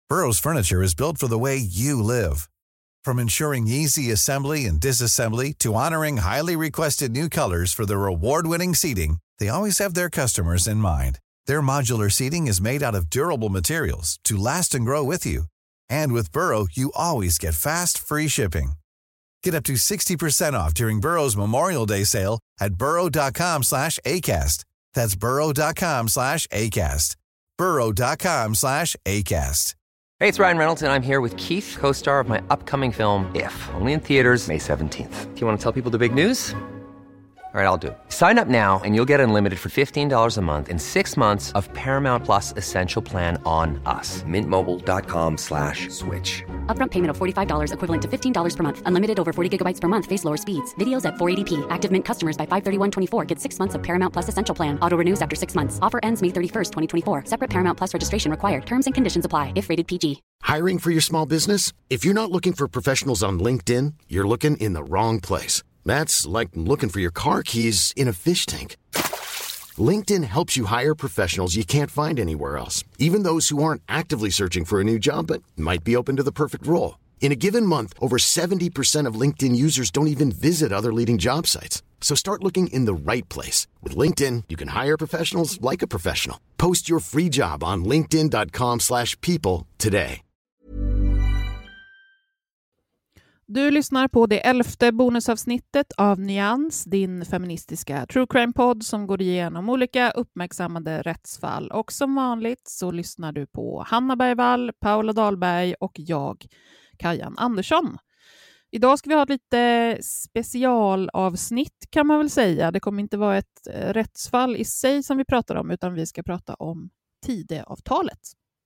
Burrow's furniture is built for the way you live. From ensuring easy assembly and disassembly to honoring highly requested new colors for their award-winning seating, they always have their customers in mind. Their modular seating is made out of durable materials to last and grow with you. And with Burrow, you always get fast, free shipping. Get up to 60% off during Burrow's Memorial Day sale at burrow.com/ACAST. That's burrow.com/ACAST. burrow.com/ACAST. Hey, it's Ryan Reynolds, and I'm here with Keith, co-star of my upcoming film, If, only in theaters May 17th. Do you want to tell people the big news? All right, I'll do it. Sign up now and you'll get unlimited for $15 a month and 6 months of Paramount Plus Essential Plan on us. Mintmobile.com/switch. Upfront payment of $45 equivalent to $15 per month. Unlimited over 40 gigabytes per month. Face lower speeds. Videos at 480p. Active Mint customers by 531.24 get 6 months of Paramount Plus Essential Plan. Auto renews after 6 months. Offer ends May 31st, 2024. Separate Paramount Plus registration required. Terms and conditions apply if rated PG. Hiring for your small business? If you're not looking for professionals on LinkedIn, you're looking in the wrong place. That's like looking for your car keys in a fish tank. LinkedIn helps you hire professionals you can't find anywhere else, even those who aren't actively searching for a new job but might be open to the perfect role. In a given month, over 70% of LinkedIn users don't even visit other leading job sites. So start looking in the right place. With LinkedIn, you can hire professionals like a professional. Post your free job on linkedin.com/people today. Du lyssnar på det 11:e bonusavsnittet av Nyans, din feministiska true crime-podd som går igenom olika uppmärksammade rättsfall. Och som vanligt så lyssnar du på Hanna Bergvall, Paula Dahlberg och jag, Kajan Andersson. Idag ska vi ha ett lite specialavsnitt kan man väl säga. Det kommer inte vara ett rättsfall i sig som vi pratar om, utan vi ska prata om Tidöavtalet.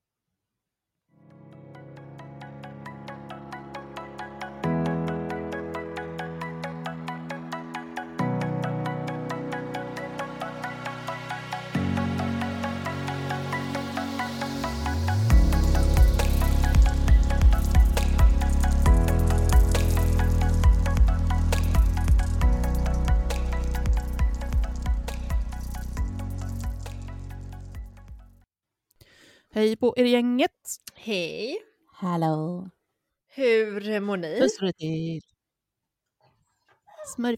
Hej på er gänget. Hej. Hallå. Hur mår ni? Hur står det till? Smurf.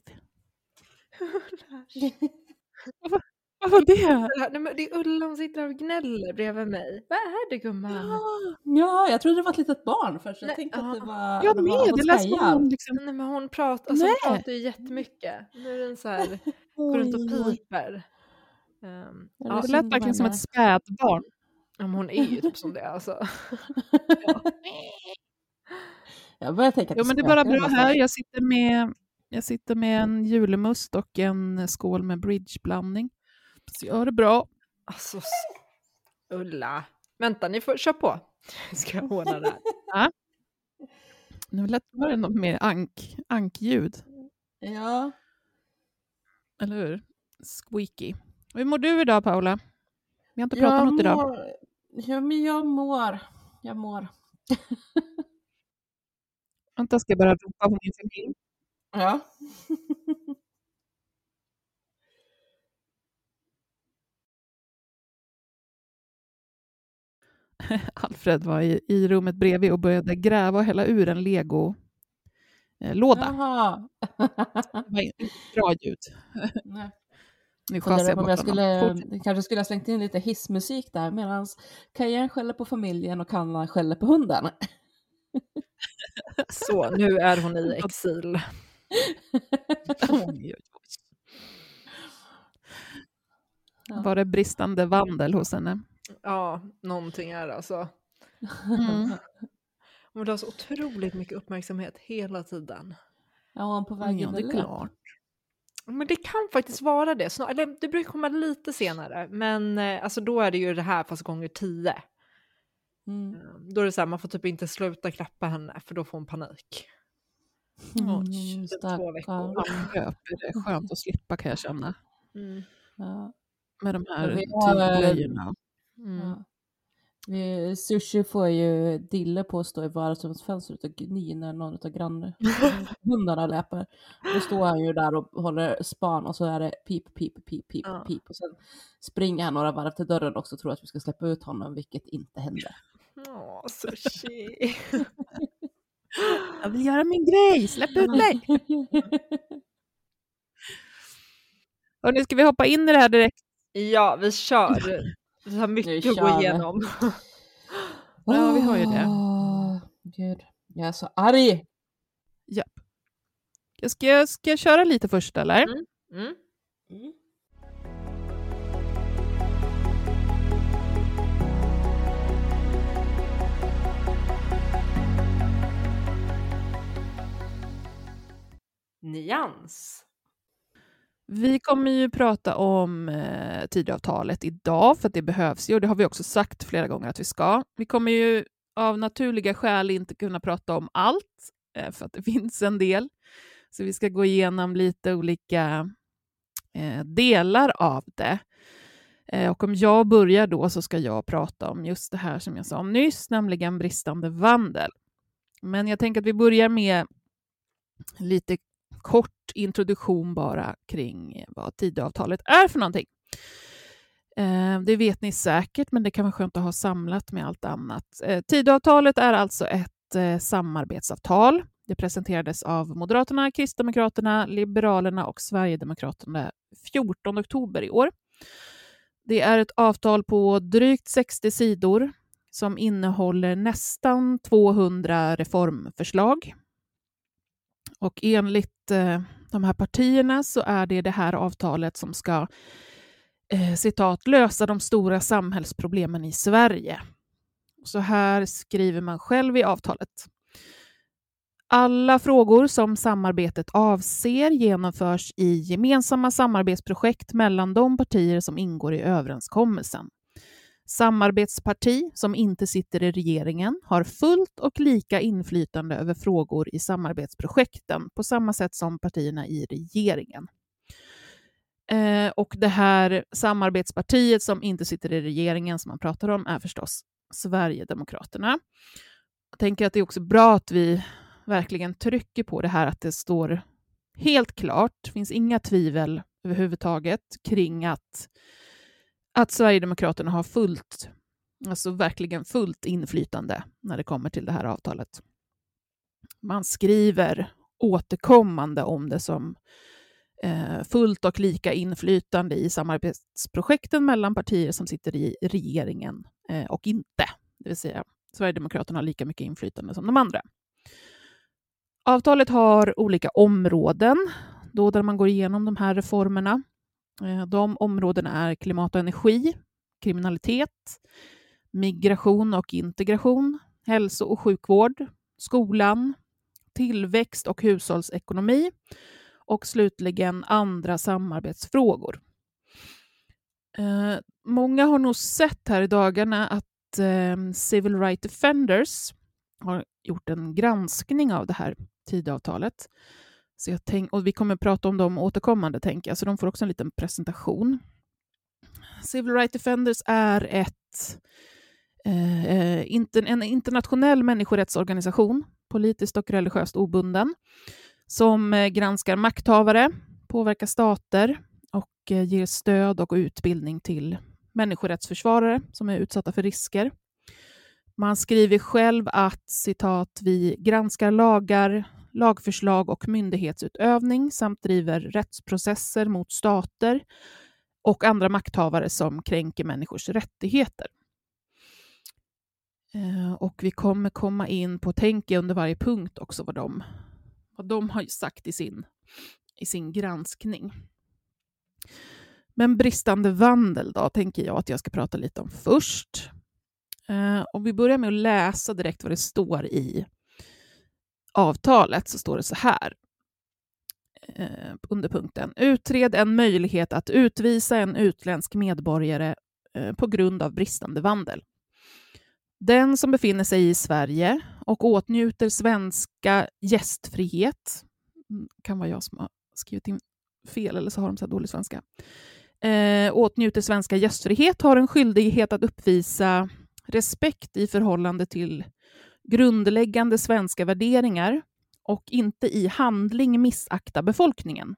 Vad var det? Nej, men det är Ulla som sitter och gnäller bredvid mig. Vad är det, gumman? Ja, jag trodde det var ett litet barn först. Jag tänkte att det var... Jag med, det lät som hon liksom... Nej, men hon pratar, alltså, hon pratar ju jättemycket. Nu är den så här, går runt och piper. Ja, det lät verkligen som ett spädbarn. Ja, men hon är ju typ som det, alltså. Ja. Jag börjar tänka att jo, men det är bara bra här. Jag sitter med en julemust och en skål med bridgeblandning. Så jag har det bra. Alltså, Ulla. Vänta, ni får köra på. Ska jag ordna det här? Ja. Nu var det något mer ankljud. Ja. Eller hur? Squeaky. Hur mår du idag, Paula? Vi har inte pratat något idag. Ja, men jag mår. Vänta, ska jag bara ropa på min familj? Ja. Alfred var i rummet bredvid och började gräva och hälla ur en Lego-låda. Jaha. Det var inte bra ljud. Nej. Nu chassar jag bort kanske skulle ha slängt in lite hissmusik där medan Kajan skäller på familjen och Kanna skäller på hunden. Så, nu är hon i exil. Var det bristande vandel hos henne? Ja, någonting är det alltså. Hon vill ha så otroligt mycket uppmärksamhet hela tiden. Ja, hon på vägen. Det är klart. Men det kan faktiskt vara det. Eller, det brukar komma lite senare. Men alltså, då är det ju det här fast gånger 10. Då är det så här, man får typ inte sluta klappa henne för då får hon panik. 2 veckor. Det är skönt att slippa, kan jag känna. Ja. Med de här tygblöjorna. Sushi får ju Dille på att stå i vardagsrumsfönstret och gny när någon av grannhundarna läpar. Då står han ju där och håller span och så är det pip, pip, pip, pip, pip. Och sen springer han några varv till dörren också och tror att vi ska släppa ut honom, vilket inte händer. Åh, sushi. Jag vill göra min grej, släpp ut mig! Och nu ska vi hoppa in i det här direkt. Ja, vi kör. Vi har mycket att gå igenom. Ja, vi har ju det. Gud, jag är så arg. Ja. Ska jag köra lite först, eller? Mm. Nyans. Vi kommer ju prata om Tidöavtalet idag, för att det behövs ju, och det har vi också sagt flera gånger att vi ska. Vi kommer ju av naturliga skäl inte kunna prata om allt, för att det finns en del. Så vi ska gå igenom lite olika delar av det. Och om jag börjar då så ska jag prata om just det här som jag sa om nyss, nämligen bristande vandel. Men jag tänker att vi börjar med lite kort introduktion bara kring vad Tidöavtalet är för någonting. Det vet ni säkert, men det kan vara skönt att ha samlat med allt annat. Tidöavtalet är alltså ett samarbetsavtal. Det presenterades av Moderaterna, Kristdemokraterna, Liberalerna och Sverigedemokraterna 14 oktober i år. Det är ett avtal på drygt 60 sidor som innehåller nästan 200 reformförslag. Och enligt de här partierna så är det här avtalet som ska citat, lösa de stora samhällsproblemen i Sverige. Så här skriver man själv i avtalet. Alla frågor som samarbetet avser genomförs i gemensamma samarbetsprojekt mellan de partier som ingår i överenskommelsen. Samarbetsparti som inte sitter i regeringen har fullt och lika inflytande över frågor i samarbetsprojekten på samma sätt som partierna i regeringen. Och det här samarbetspartiet som inte sitter i regeringen som man pratar om är förstås Sverigedemokraterna. Jag tänker att det är också bra att vi verkligen trycker på det här, att det står helt klart, det finns inga tvivel överhuvudtaget kring att Sverigedemokraterna har verkligen fullt inflytande när det kommer till det här avtalet. Man skriver återkommande om det som fullt och lika inflytande i samarbetsprojekten mellan partier som sitter i regeringen och inte. Det vill säga, Sverigedemokraterna har lika mycket inflytande som de andra. Avtalet har olika områden då där man går igenom de här reformerna. De områdena är klimat och energi, kriminalitet, migration och integration, hälso- och sjukvård, skolan, tillväxt och hushållsekonomi och slutligen andra samarbetsfrågor. Många har nog sett här i dagarna att Civil Rights Defenders har gjort en granskning av det här Tidöavtalet. Så och vi kommer att prata om dem återkommande, tänker jag, så de får också en liten presentation. Civil Rights Defenders är en internationell människorättsorganisation, politiskt och religiöst obunden, som granskar makthavare, påverkar stater och ger stöd och utbildning till människorättsförsvarare som är utsatta för risker. Man skriver själv att, citat, vi granskar lagar, lagförslag och myndighetsutövning samt driver rättsprocesser mot stater och andra makthavare som kränker människors rättigheter. Och vi kommer komma in på, tänka under varje punkt också vad de har sagt i sin granskning. Men bristande vandel då, tänker jag att jag ska prata lite om först. Och vi börjar med att läsa direkt vad det står i avtalet, så står det så här under punkten. Utred en möjlighet att utvisa en utländsk medborgare på grund av bristande vandel. Den som befinner sig i Sverige och åtnjuter svenska gästfrihet, kan vara jag som har skrivit in fel eller så har de så här dålig svenska, åtnjuter svenska gästfrihet har en skyldighet att uppvisa respekt i förhållande till grundläggande svenska värderingar och inte i handling missakta befolkningen.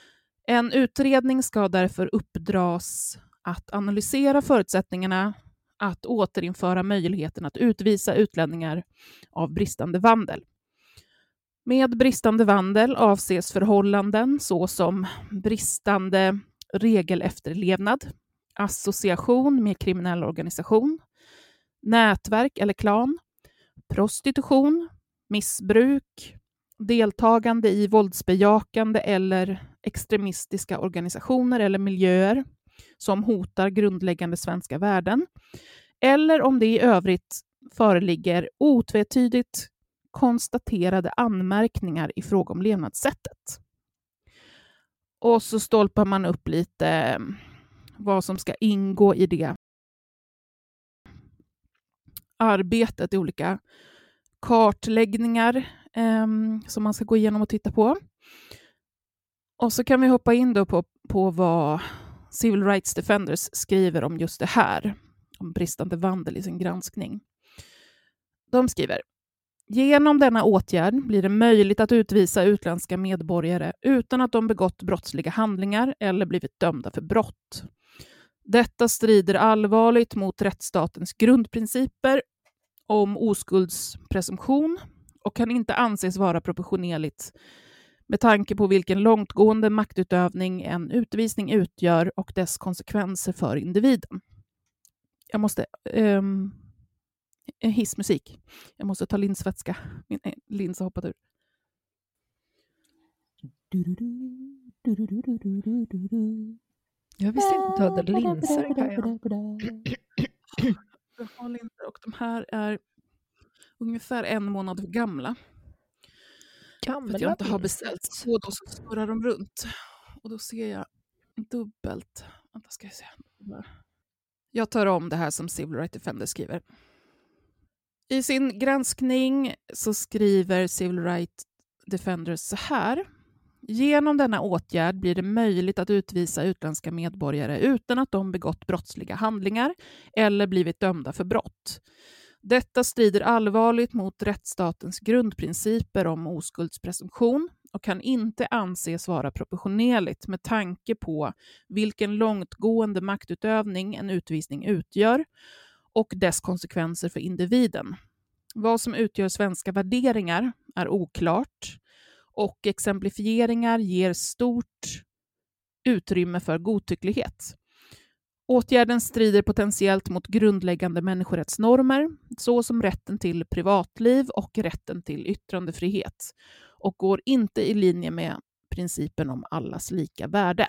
En utredning ska därför uppdras att analysera förutsättningarna att återinföra möjligheten att utvisa utlänningar av bristande vandel. Med bristande vandel avses förhållanden såsom bristande regelefterlevnad, association med kriminell organisation, nätverk eller klan, prostitution, missbruk, deltagande i våldsbejakande eller extremistiska organisationer eller miljöer som hotar grundläggande svenska värden, eller om det i övrigt föreligger otvetydigt konstaterade anmärkningar i fråga om levnadssättet. Och så stolpar man upp lite vad som ska ingå i det arbetet, i olika kartläggningar som man ska gå igenom och titta på. Och så kan vi hoppa in då på vad Civil Rights Defenders skriver om just det här, om bristande vandel i sin granskning. De skriver: genom denna åtgärd blir det möjligt att utvisa utländska medborgare utan att de begått brottsliga handlingar eller blivit dömda för brott. Detta strider allvarligt mot rättsstatens grundprinciper om oskuldspresumtion och kan inte anses vara proportionerligt med tanke på vilken långtgående maktutövning en utvisning utgör och dess konsekvenser för individen. Jag måste... hissmusik. Jag måste ta linsvätska. Min lins har hoppat ur. Jag visste inte att du hade linser, Kaja. Jag har linser och de här är ungefär 1 månad gamla. För att jag inte har beställt så, då så snurrar de runt. Och då ser jag dubbelt. Vänta, ska jag se. Jag tar om det här som Civil Rights Defender skriver. I sin granskning så skriver Civil Rights Defenders så här: genom denna åtgärd blir det möjligt att utvisa utländska medborgare utan att de begått brottsliga handlingar eller blivit dömda för brott. Detta strider allvarligt mot rättsstatens grundprinciper om oskuldspresumtion och kan inte anses vara proportionerligt med tanke på vilken långtgående maktutövning en utvisning utgör och dess konsekvenser för individen. Vad som utgör svenska värderingar är oklart och exemplifieringar ger stort utrymme för godtycklighet. Åtgärden strider potentiellt mot grundläggande människorättsnormer såsom rätten till privatliv och rätten till yttrandefrihet och går inte i linje med principen om allas lika värde.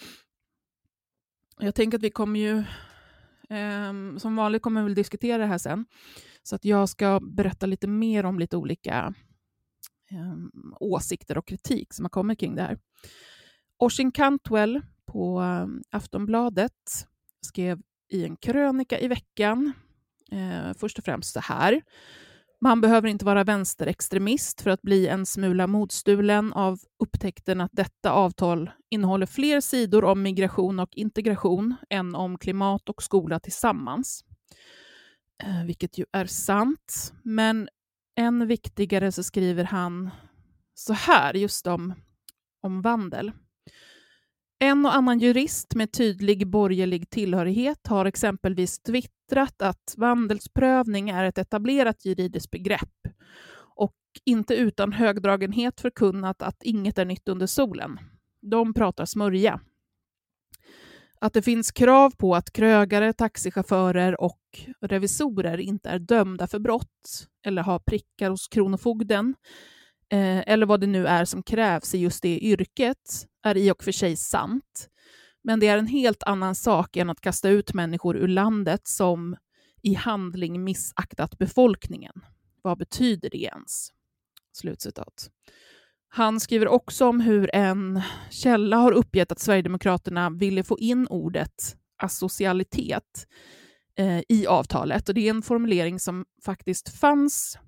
Jag tänker att vi kommer ju som vanligt kommer vi väl diskutera det här sen. Så att jag ska berätta lite mer om lite olika åsikter och kritik som har kommit kring det här. Oisin Cantwell på Aftonbladet skrev i en krönika i veckan först och främst så här: man behöver inte vara vänsterextremist för att bli en smula modstulen av upptäckten att detta avtal innehåller fler sidor om migration och integration än om klimat och skola tillsammans. Vilket ju är sant, men än viktigare så skriver han så här just om vandel. En och annan jurist med tydlig borgerlig tillhörighet har exempelvis twittrat att vandelsprövning är ett etablerat juridiskt begrepp och inte utan högdragenhet förkunnat att inget är nytt under solen. De pratar smörja. Att det finns krav på att krögare, taxichaufförer och revisorer inte är dömda för brott eller har prickar hos kronofogden eller vad det nu är som krävs i just det yrket är i och för sig sant. Men det är en helt annan sak än att kasta ut människor ur landet som i handling missaktat befolkningen. Vad betyder det ens? Slutcitat. Han skriver också om hur en källa har uppgett att Sverigedemokraterna ville få in ordet asocialitet i avtalet. Och det är en formulering som faktiskt fanns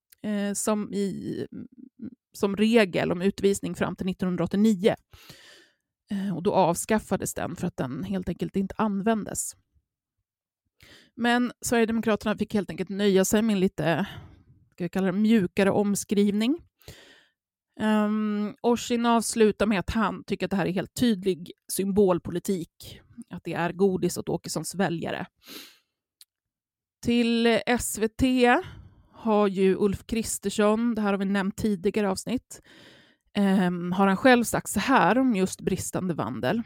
som regel om utvisning fram till 1989. Och då avskaffades den för att den helt enkelt inte användes. Men Sverigedemokraterna fick helt enkelt nöja sig med en lite, ska vi kalla det, mjukare omskrivning. Oisin avslutar med att han tycker att det här är helt tydlig symbolpolitik. Att det är godis åt Åkessons väljare. Till SVT har ju Ulf Kristersson, det här har vi nämnt tidigare avsnitt, har han själv sagt så här om just bristande vandel.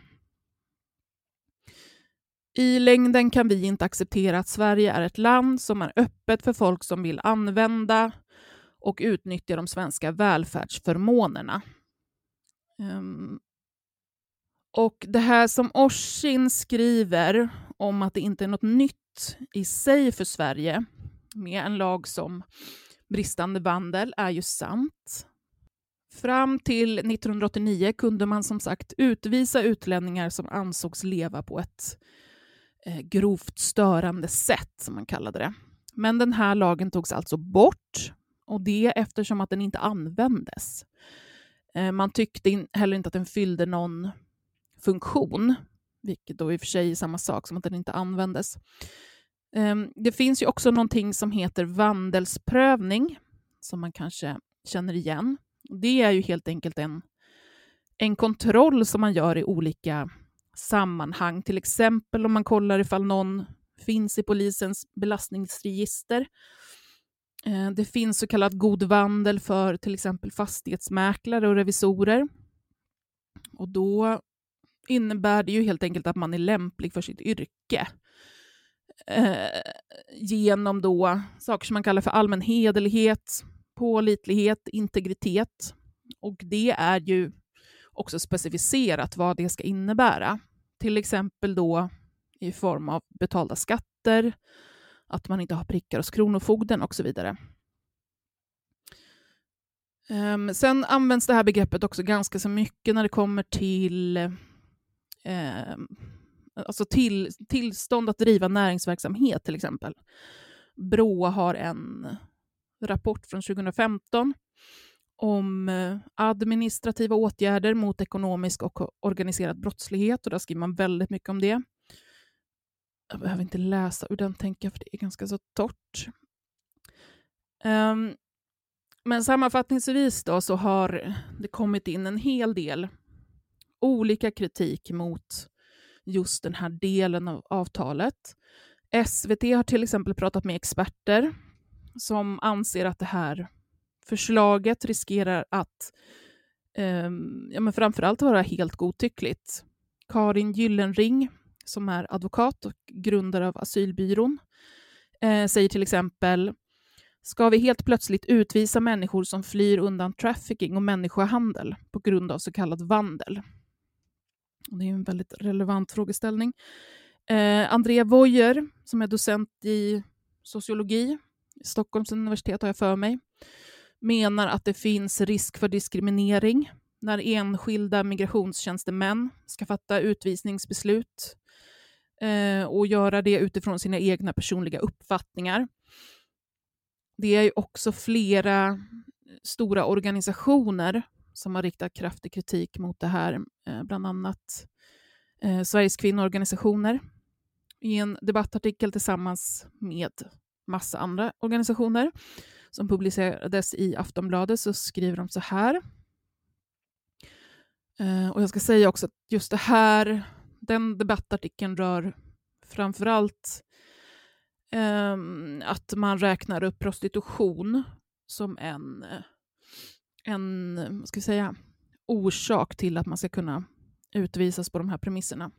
I längden kan vi inte acceptera att Sverige är ett land som är öppet för folk som vill använda och utnyttja de svenska välfärdsförmånerna. Och det här som Orsin skriver om att det inte är något nytt i sig för Sverige med en lag som bristande vandel är ju sant. Fram till 1989 kunde man som sagt utvisa utlänningar som ansågs leva på ett grovt störande sätt, som man kallade det. Men den här lagen togs alltså bort, och det eftersom att den inte användes. Man tyckte heller inte att den fyllde någon funktion, vilket då i och för sig är samma sak som att den inte användes. Det finns ju också någonting som heter vandelsprövning, som man kanske känner igen. Det är ju helt enkelt en kontroll som man gör i olika sammanhang. Till exempel om man kollar ifall någon finns i polisens belastningsregister. Det finns så kallad god vandel för till exempel fastighetsmäklare och revisorer. Och då innebär det ju helt enkelt att man är lämplig för sitt yrke. Genom då saker som man kallar för allmän hederlighet, pålitlighet, integritet. Och det är ju också specificerat vad det ska innebära. Till exempel då i form av betalda skatter, att man inte har prickar hos kronofogden och så vidare. Sen används det här begreppet också ganska så mycket när det kommer till alltså tillstånd att driva näringsverksamhet till exempel. Brå har en rapport från 2015 om administrativa åtgärder mot ekonomisk och organiserad brottslighet, och där skriver man väldigt mycket om det. Jag behöver inte läsa ur den, tänker, för det är ganska så torrt. Men sammanfattningsvis då så har det kommit in en hel del olika kritik mot just den här delen av avtalet. SVT har till exempel pratat med experter som anser att det här förslaget riskerar att framförallt vara helt godtyckligt. Karin Gyllenring, som är advokat och grundare av Asylbyrån, säger till exempel: ska vi helt plötsligt utvisa människor som flyr undan trafficking och människohandel på grund av så kallad vandel? Och det är en väldigt relevant frågeställning. Andrea Voyer, som är docent i sociologi i Stockholms universitet, har jag för mig, menar att det finns risk för diskriminering när enskilda migrationstjänstemän ska fatta utvisningsbeslut och göra det utifrån sina egna personliga uppfattningar. Det är ju också flera stora organisationer som har riktat kraftig kritik mot det här, bland annat Sveriges kvinnoorganisationer. I en debattartikel tillsammans med massa andra organisationer som publicerades i Aftonbladet så skriver de så här. Och jag ska säga också att just det här, den debattartikeln rör framförallt att man räknar upp prostitution som en ska jag säga, orsak till att man ska kunna utvisas på de här premisserna.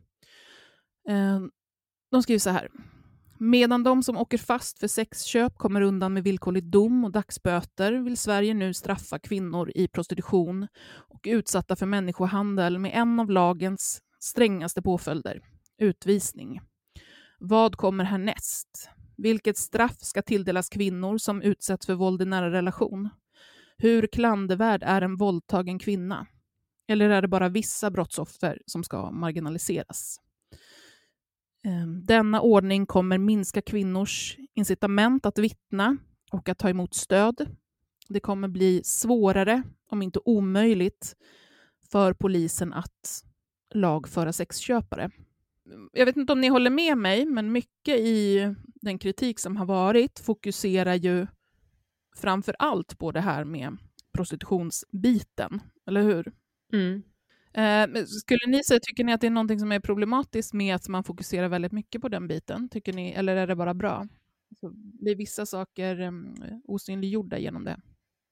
De skriver så här: medan de som åker fast för sexköp kommer undan med villkorlig dom och dagsböter vill Sverige nu straffa kvinnor i prostitution och utsatta för människohandel med en av lagens strängaste påföljder, utvisning. Vad kommer härnäst? Vilket straff ska tilldelas kvinnor som utsätts för våld i nära relation? Hur klandervärd är en våldtagen kvinna? Eller är det bara vissa brottsoffer som ska marginaliseras? Denna ordning kommer minska kvinnors incitament att vittna och att ta emot stöd. Det kommer bli svårare, om inte omöjligt, för polisen att lagföra sexköpare. Jag vet inte om ni håller med mig, men mycket i den kritik som har varit fokuserar ju framför allt på det här med prostitutionsbiten, eller hur? Mm. Skulle ni säga, tycker ni att det är någonting som är problematiskt med att man fokuserar väldigt mycket på den biten? Tycker ni, eller är det bara bra? Så blir vissa saker osynliggjorda genom det.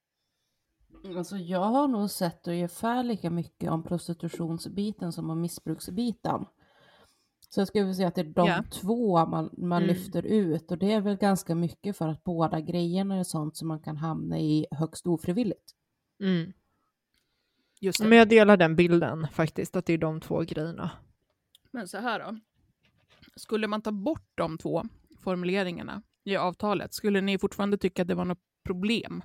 Alltså jag har nog sett ungefär lika mycket om prostitutionsbiten som om missbruksbiten. Så jag skulle vilja säga att det är de två man lyfter ut. Och det är väl ganska mycket för att båda grejerna är sånt som man kan hamna i högst ofrivilligt. Mm. Just det. Men jag delar den bilden faktiskt, att det är de två grejerna. Men så här då. Skulle man ta bort de två formuleringarna i avtalet, skulle ni fortfarande tycka att det var något problem?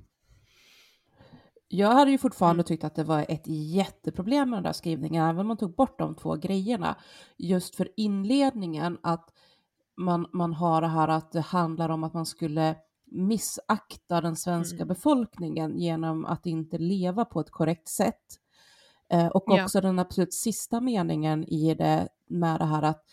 Jag hade ju fortfarande tyckt att det var ett jätteproblem med den där skrivningen, även om man tog bort de två grejerna. Just för inledningen, att man har det här att det handlar om att man skulle missakta den svenska befolkningen genom att inte leva på ett korrekt sätt. Och också den absolut sista meningen i det med det här att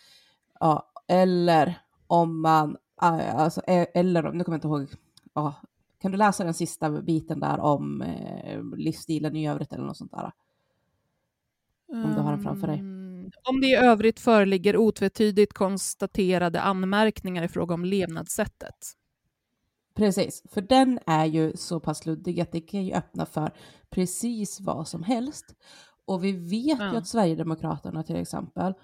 eller om man, alltså, eller om, nu kommer jag inte ihåg, kan du läsa den sista biten där om livsstilen i övrigt eller något sånt där? Om du har den framför dig. Om det i övrigt föreligger otvetydigt konstaterade anmärkningar i fråga om levnadssättet. Precis, för den är ju så pass luddig att det kan ju öppna för precis vad som helst. Och vi vet ju att Sverigedemokraterna till exempel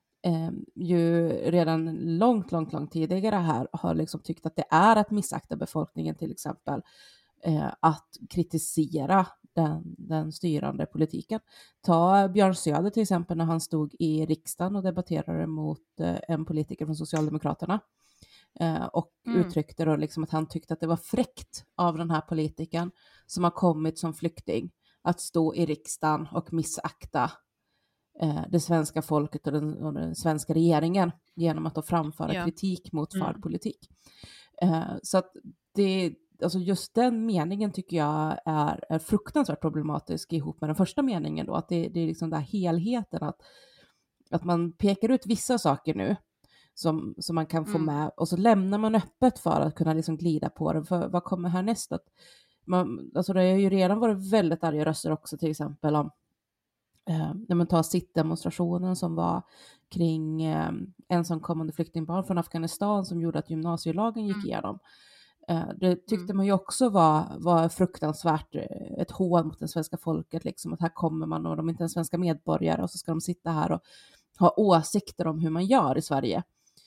ju redan långt tidigare här har liksom tyckt att det är att missakta befolkningen till exempel att kritisera den styrande politiken. Ta Björn Söder till exempel när han stod i riksdagen och debatterade mot en politiker från Socialdemokraterna och uttryckte då liksom att han tyckte att det var fräckt av den här politikern som har kommit som flykting att stå i riksdagen och missakta det svenska folket och den svenska regeringen genom att då framföra kritik mot förd politik. Så att det, alltså just den meningen tycker jag är fruktansvärt problematisk ihop med den första meningen då, att det är liksom den här helheten att man pekar ut vissa saker nu som man kan få med och så lämnar man öppet för att kunna liksom glida på det. För vad kommer härnäst? Alltså det har ju redan varit väldigt arga röster också till exempel om när man tar sittdemonstrationen som var kring ensamkommande flyktingbarn från Afghanistan som gjorde att gymnasielagen gick igenom. Det tyckte man ju också var fruktansvärt ett hån mot det svenska folket. Liksom, att här kommer man och de är inte en svenska medborgare och så ska de sitta här och ha åsikter om hur man gör i Sverige.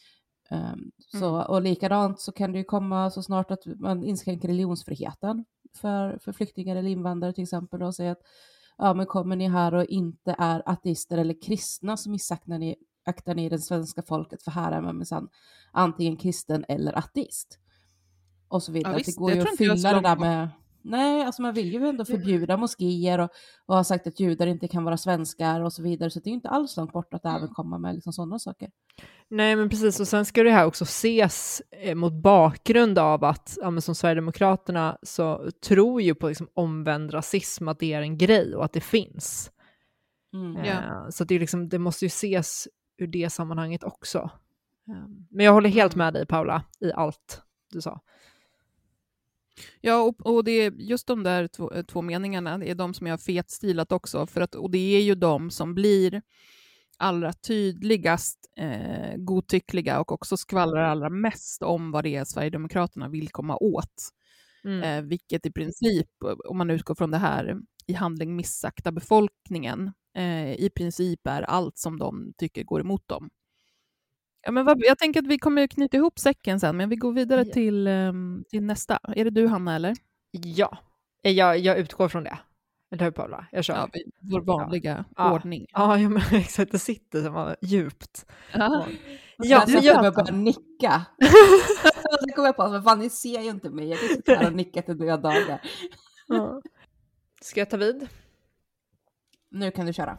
Och likadant så kan det ju komma så snart att man inskränker religionsfriheten för flyktingar eller invandrare till exempel och säger att men kommer ni här och inte är ateister eller kristna så missaktar ni det svenska folket, för här är man minsann antingen kristen eller ateist. Och så vidare. Visst, det går ju att fylla det där med... Nej, alltså man vill ju ändå förbjuda moskéer och ha sagt att judar inte kan vara svenskar och så vidare. Så det är ju inte alls långt bort att även komma med liksom sådana saker. Nej, men precis. Och sen ska det här också ses mot bakgrund av att som Sverigedemokraterna så tror ju på liksom omvänd rasism, att det är en grej och att det finns. Så det, är liksom, det måste ju ses ur det sammanhanget också. Men jag håller helt med dig, Paula, i allt du sa. Ja, och det är just de där två meningarna, det är de som jag har fetstilat också. Och det är ju de som blir allra tydligast godtyckliga och också skvallrar allra mest om vad det är Sverigedemokraterna vill komma åt. Vilket i princip, om man utgår från det här i handling missakta befolkningen, i princip är allt som de tycker går emot dem. Ja, men jag tänker att vi kommer knyta ihop säcken sen, men vi går vidare till nästa. Är det du, Hanna, eller? Ja, jag utgår från det. Eller hur, Paula? Jag kör. Ja, vår vanliga ordning. Ja, men exakt. Det sitter som var djupt. Jag börjar nicka. Så kommer jag på, men fan, ni ser ju inte mig. Jag kan sitta här och nicka till döda dagar. Ska jag ta vid? Nu kan du köra.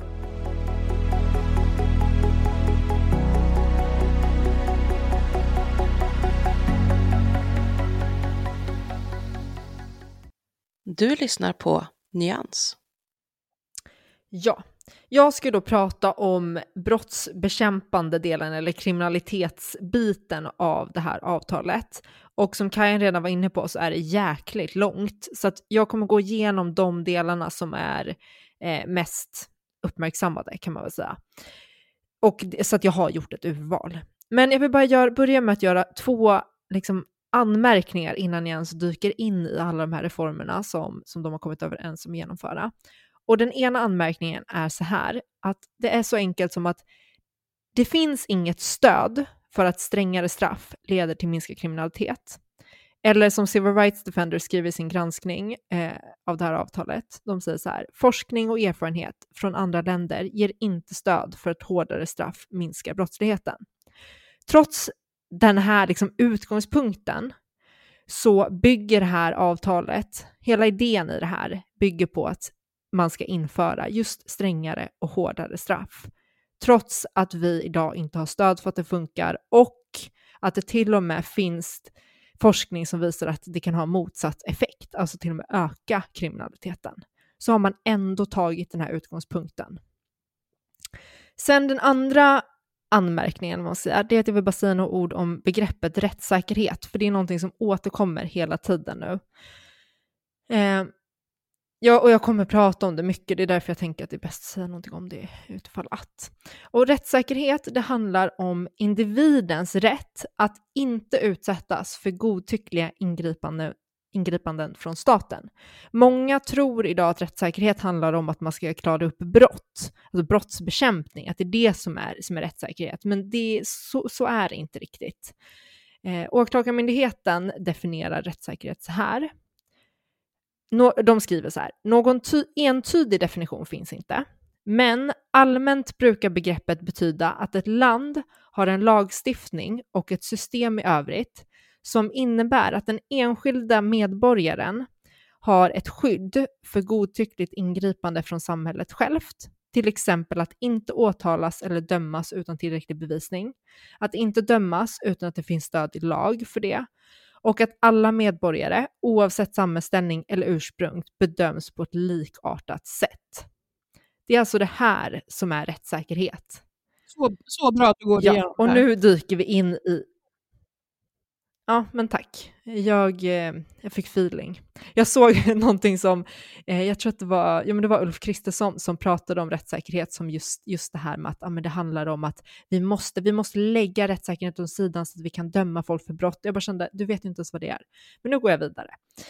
Du lyssnar på Nyans. Ja, jag ska då prata om brottsbekämpande delen eller kriminalitetsbiten av det här avtalet. Och som Kajan redan var inne på så är det jäkligt långt. Så att jag kommer gå igenom de delarna som är mest uppmärksammade, kan man väl säga. Och så att jag har gjort ett urval. Men jag vill bara börja med att göra 2 liksom anmärkningar innan jag ens dyker in i alla de här reformerna som de har kommit överens om att genomföra. Och den ena anmärkningen är så här, att det är så enkelt som att det finns inget stöd för att strängare straff leder till minskad kriminalitet. Eller som Civil Rights Defender skriver i sin granskning av det här avtalet. De säger så här: forskning och erfarenhet från andra länder ger inte stöd för att hårdare straff minskar brottsligheten. Trots den här liksom utgångspunkten så bygger det här avtalet, hela idén i det här bygger på att man ska införa just strängare och hårdare straff. Trots att vi idag inte har stöd för att det funkar och att det till och med finns forskning som visar att det kan ha motsatt effekt, alltså till och med öka kriminaliteten, så har man ändå tagit den här utgångspunkten. Sen den andra anmärkningen man säger, det är att jag vill bara säga några ord om begreppet rättssäkerhet, för det är någonting som återkommer hela tiden nu. Och jag kommer prata om det mycket, det är därför jag tänker att det är bäst att säga någonting om det utifall att. Och rättssäkerhet, det handlar om individens rätt att inte utsättas för godtyckliga ingripanden från staten. Många tror idag att rättssäkerhet handlar om att man ska klara upp brott, alltså brottsbekämpning, att det är det som är rättssäkerhet, men så är det inte riktigt. Åklagarmyndigheten definierar rättssäkerhet så här. De skriver så här: någon entydig definition finns inte, men allmänt brukar begreppet betyda att ett land har en lagstiftning och ett system i övrigt som innebär att den enskilda medborgaren har ett skydd för godtyckligt ingripande från samhället självt, till exempel att inte åtalas eller dömas utan tillräcklig bevisning, att inte dömas utan att det finns stöd i lag för det, och att alla medborgare, oavsett samhällsställning eller ursprung, bedöms på ett likartat sätt. Det är alltså det här som är rättssäkerhet. Så bra att du går igenom ja, och här. Nu dyker vi in i... Ja, men tack. Jag fick feeling. Jag såg någonting som, jag tror att det var Ulf Kristersson som pratade om rättssäkerhet som just det här med att men det handlar om att vi måste lägga rättssäkerhet åt sidan så att vi kan döma folk för brott. Jag bara kände, du vet inte ens vad det är. Men nu går jag vidare.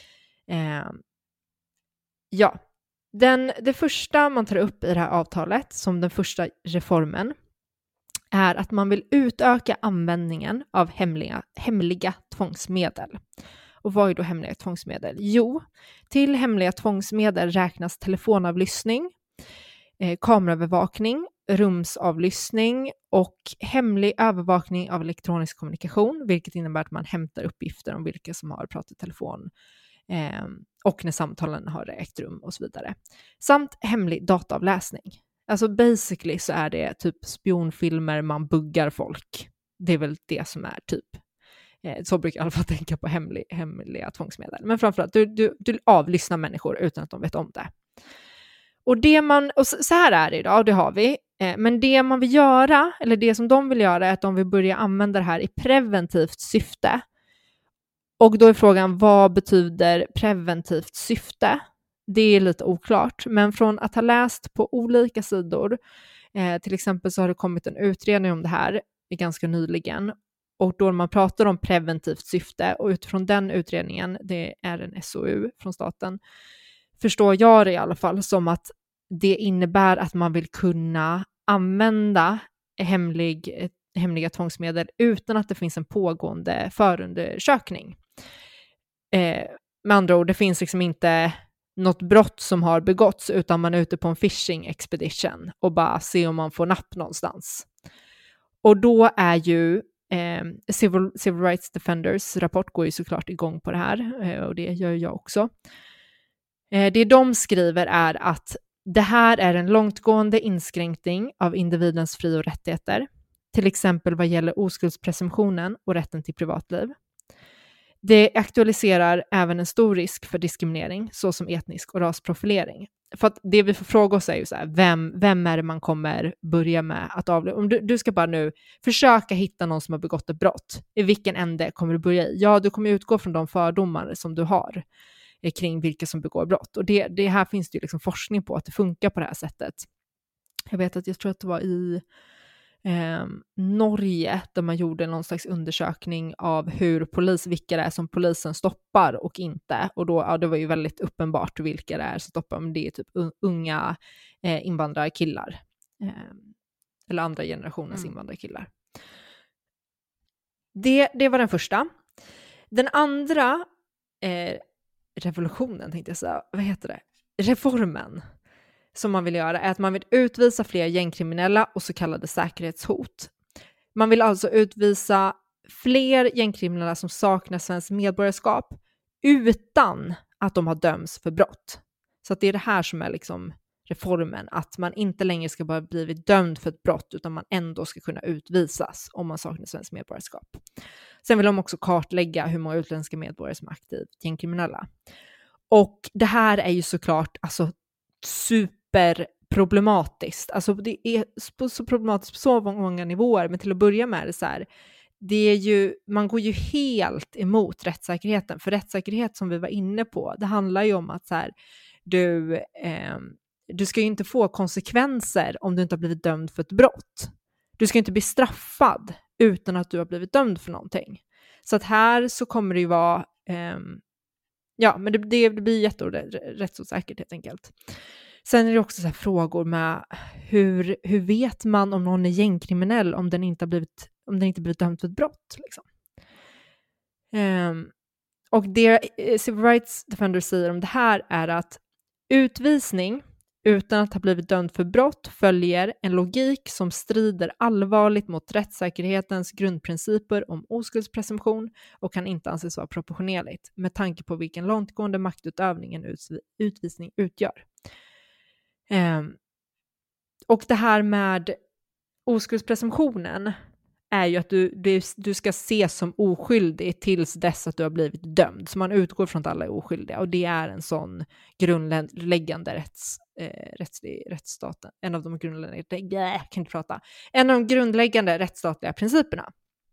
Det första man tar upp i det här avtalet som den första reformen är att man vill utöka användningen av hemliga tvångsmedel. Och vad är då hemliga tvångsmedel? Jo, till hemliga tvångsmedel räknas telefonavlyssning, kameraövervakning, rumsavlyssning och hemlig övervakning av elektronisk kommunikation, vilket innebär att man hämtar uppgifter om vilka som har pratat i telefon och när samtalen har ägt rum och så vidare. Samt hemlig dataavläsning. Alltså basically så är det typ spionfilmer, man buggar folk. Det är väl det som är typ. Så brukar jag i alla fall tänka på hemliga tvångsmedel. Men framförallt, du avlyssnar människor utan att de vet om det. Och så här är det idag, det har vi. Men det man vill göra, eller det som de vill göra, är att de vill börja använda det här i preventivt syfte. Och då är frågan, vad betyder preventivt syfte? Det är lite oklart, men från att ha läst på olika sidor, till exempel så har det kommit en utredning om det här ganska nyligen, och då man pratar om preventivt syfte, och utifrån den utredningen, det är en SOU från staten, förstår jag det i alla fall som att det innebär att man vill kunna använda hemliga tvångsmedel utan att det finns en pågående förundersökning. Med andra ord, det finns liksom inte något brott som har begåtts, utan man är ute på en fishing expedition och bara se om man får napp någonstans. Och då är ju Civil Rights Defenders rapport går ju såklart igång på det här, och det gör jag också. Det de skriver är att det här är en långtgående inskränkning av individens fri- och rättigheter, till exempel vad gäller oskuldspresumtionen och rätten till privatliv. Det aktualiserar även en stor risk för diskriminering, såsom etnisk och rasprofilering. För att det vi får fråga oss är ju så här, vem är det man kommer börja med att avlösa? Om du ska bara nu försöka hitta någon som har begått ett brott, i vilken ände kommer du börja i? Ja, du kommer utgå från de fördomar som du har kring vilka som begår brott. Och det här finns det ju liksom forskning på att det funkar på det här sättet. Jag vet att jag tror att det var i Norge, där man gjorde någon slags undersökning av vilka det är som polisen stoppar och inte. Och då, det var ju väldigt uppenbart vilka det är som stoppar, men det är typ unga invandrarkillar. Eller andra generationens invandrarkillar. Det var den första. Den andra revolutionen, tänkte jag säga. Vad heter det? Reformen som man vill göra är att man vill utvisa fler gängkriminella och så kallade säkerhetshot. Man vill alltså utvisa fler gängkriminella som saknar svenskt medborgarskap utan att de har dömts för brott. Så att det är det här som är liksom reformen, att man inte längre ska bara bli dömd för ett brott utan man ändå ska kunna utvisas om man saknar svenskt medborgarskap. Sen vill de också kartlägga hur många utländska medborgare som är aktivt gängkriminella. Och det här är ju såklart alltså superproblematiskt. Alltså det är så problematiskt på så många nivåer, men till att börja med det så här, det är ju, man går ju helt emot rättssäkerheten, för rättssäkerhet som vi var inne på, det handlar ju om att så här, du ska ju inte få konsekvenser om du inte har blivit dömd för ett brott. Du ska inte bli straffad utan att du har blivit dömd för någonting. Så att här så kommer det ju vara men det blir rättsosäkert helt enkelt. Sen är det också så här frågor med hur vet man om någon är gängkriminell om den inte blivit dömd för ett brott liksom. Och det Civil Rights Defenders säger om det här är att utvisning utan att ha blivit dömd för brott följer en logik som strider allvarligt mot rättssäkerhetens grundprinciper om oskuldspresumtion och kan inte anses vara proportionerligt med tanke på vilken långtgående maktutövning en utvisning utgör. Och det här med oskuldspresumtionen är ju att du ska ses som oskyldig tills dess att du har blivit dömd. Så man utgår från att alla är oskyldiga. Och det är en sån grundläggande rättsstaten. En av de grundläggande rättsstatliga principerna.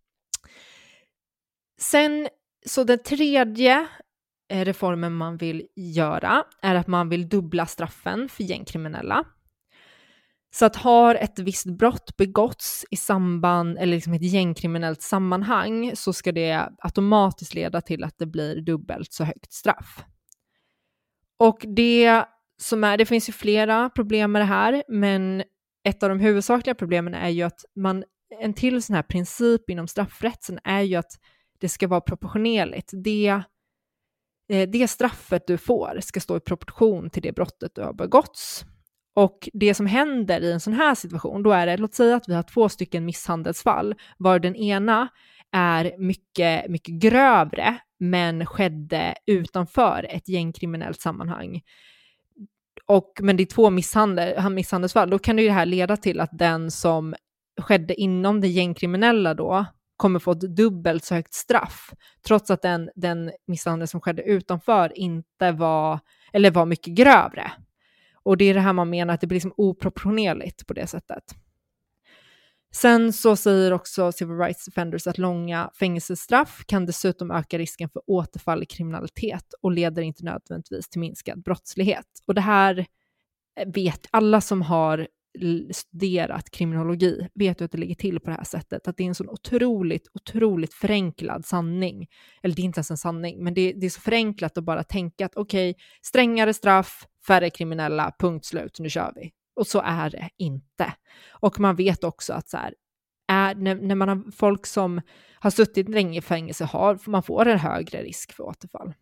Sen, så den tredje reformen man vill göra är att man vill dubbla straffen för gängkriminella. Så att har ett visst brott begåtts i samband eller liksom ett gängkriminellt sammanhang så ska det automatiskt leda till att det blir dubbelt så högt straff. Och det finns ju flera problem med det här, men ett av de huvudsakliga problemen är ju att en till sån här princip inom straffrätten är ju att det ska vara proportionerligt. Det straffet du får ska stå i proportion till det brottet du har begåtts. Och det som händer i en sån här situation, då är det, låt säga att vi har 2 stycken misshandelsfall, var den ena är mycket, mycket grövre, men skedde utanför ett gängkriminellt sammanhang. Men det är 2 misshandelsfall, då kan det ju det här leda till att den som skedde inom det gängkriminella då kommer få ett dubbelt så högt straff, trots att den misshandel som skedde utanför inte var mycket grövre. Och det är det här man menar, att det blir liksom oproportionerligt på det sättet. Sen så säger också Civil Rights Defenders att långa fängelsestraff kan dessutom öka risken för återfall i kriminalitet och leder inte nödvändigtvis till minskad brottslighet. Och det här vet alla som har studerat kriminologi, vet ju att det ligger till på det här sättet, att det är en sån otroligt förenklad sanning. Eller det är inte ens en sanning, men det är så förenklat att bara tänka att okej, strängare straff, färre kriminella, punkt slut, nu kör vi. Och så är det inte. Och man vet också att så här, när man har folk som har suttit länge i fängelse man får en högre risk för återfall.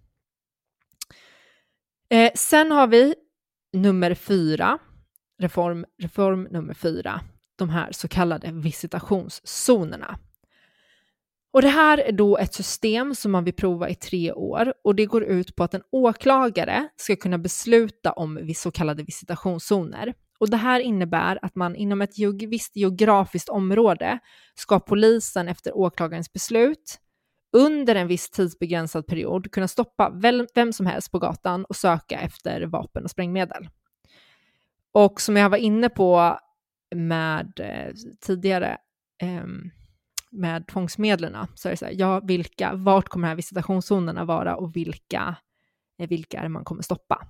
Sen har vi nummer 4, reform nummer 4, de här så kallade visitationszonerna. Och det här är då ett system som man vill prova i 3 år, och det går ut på att en åklagare ska kunna besluta om så kallade visitationszoner. Och det här innebär att man inom ett visst geografiskt område ska polisen efter åklagarens beslut under en viss tidsbegränsad period kunna stoppa vem som helst på gatan och söka efter vapen och sprängmedel. Och som jag var inne på med tidigare med tvångsmedlen, så är det så här, vart kommer de här visitationszonerna vara och vilka är det man kommer stoppa?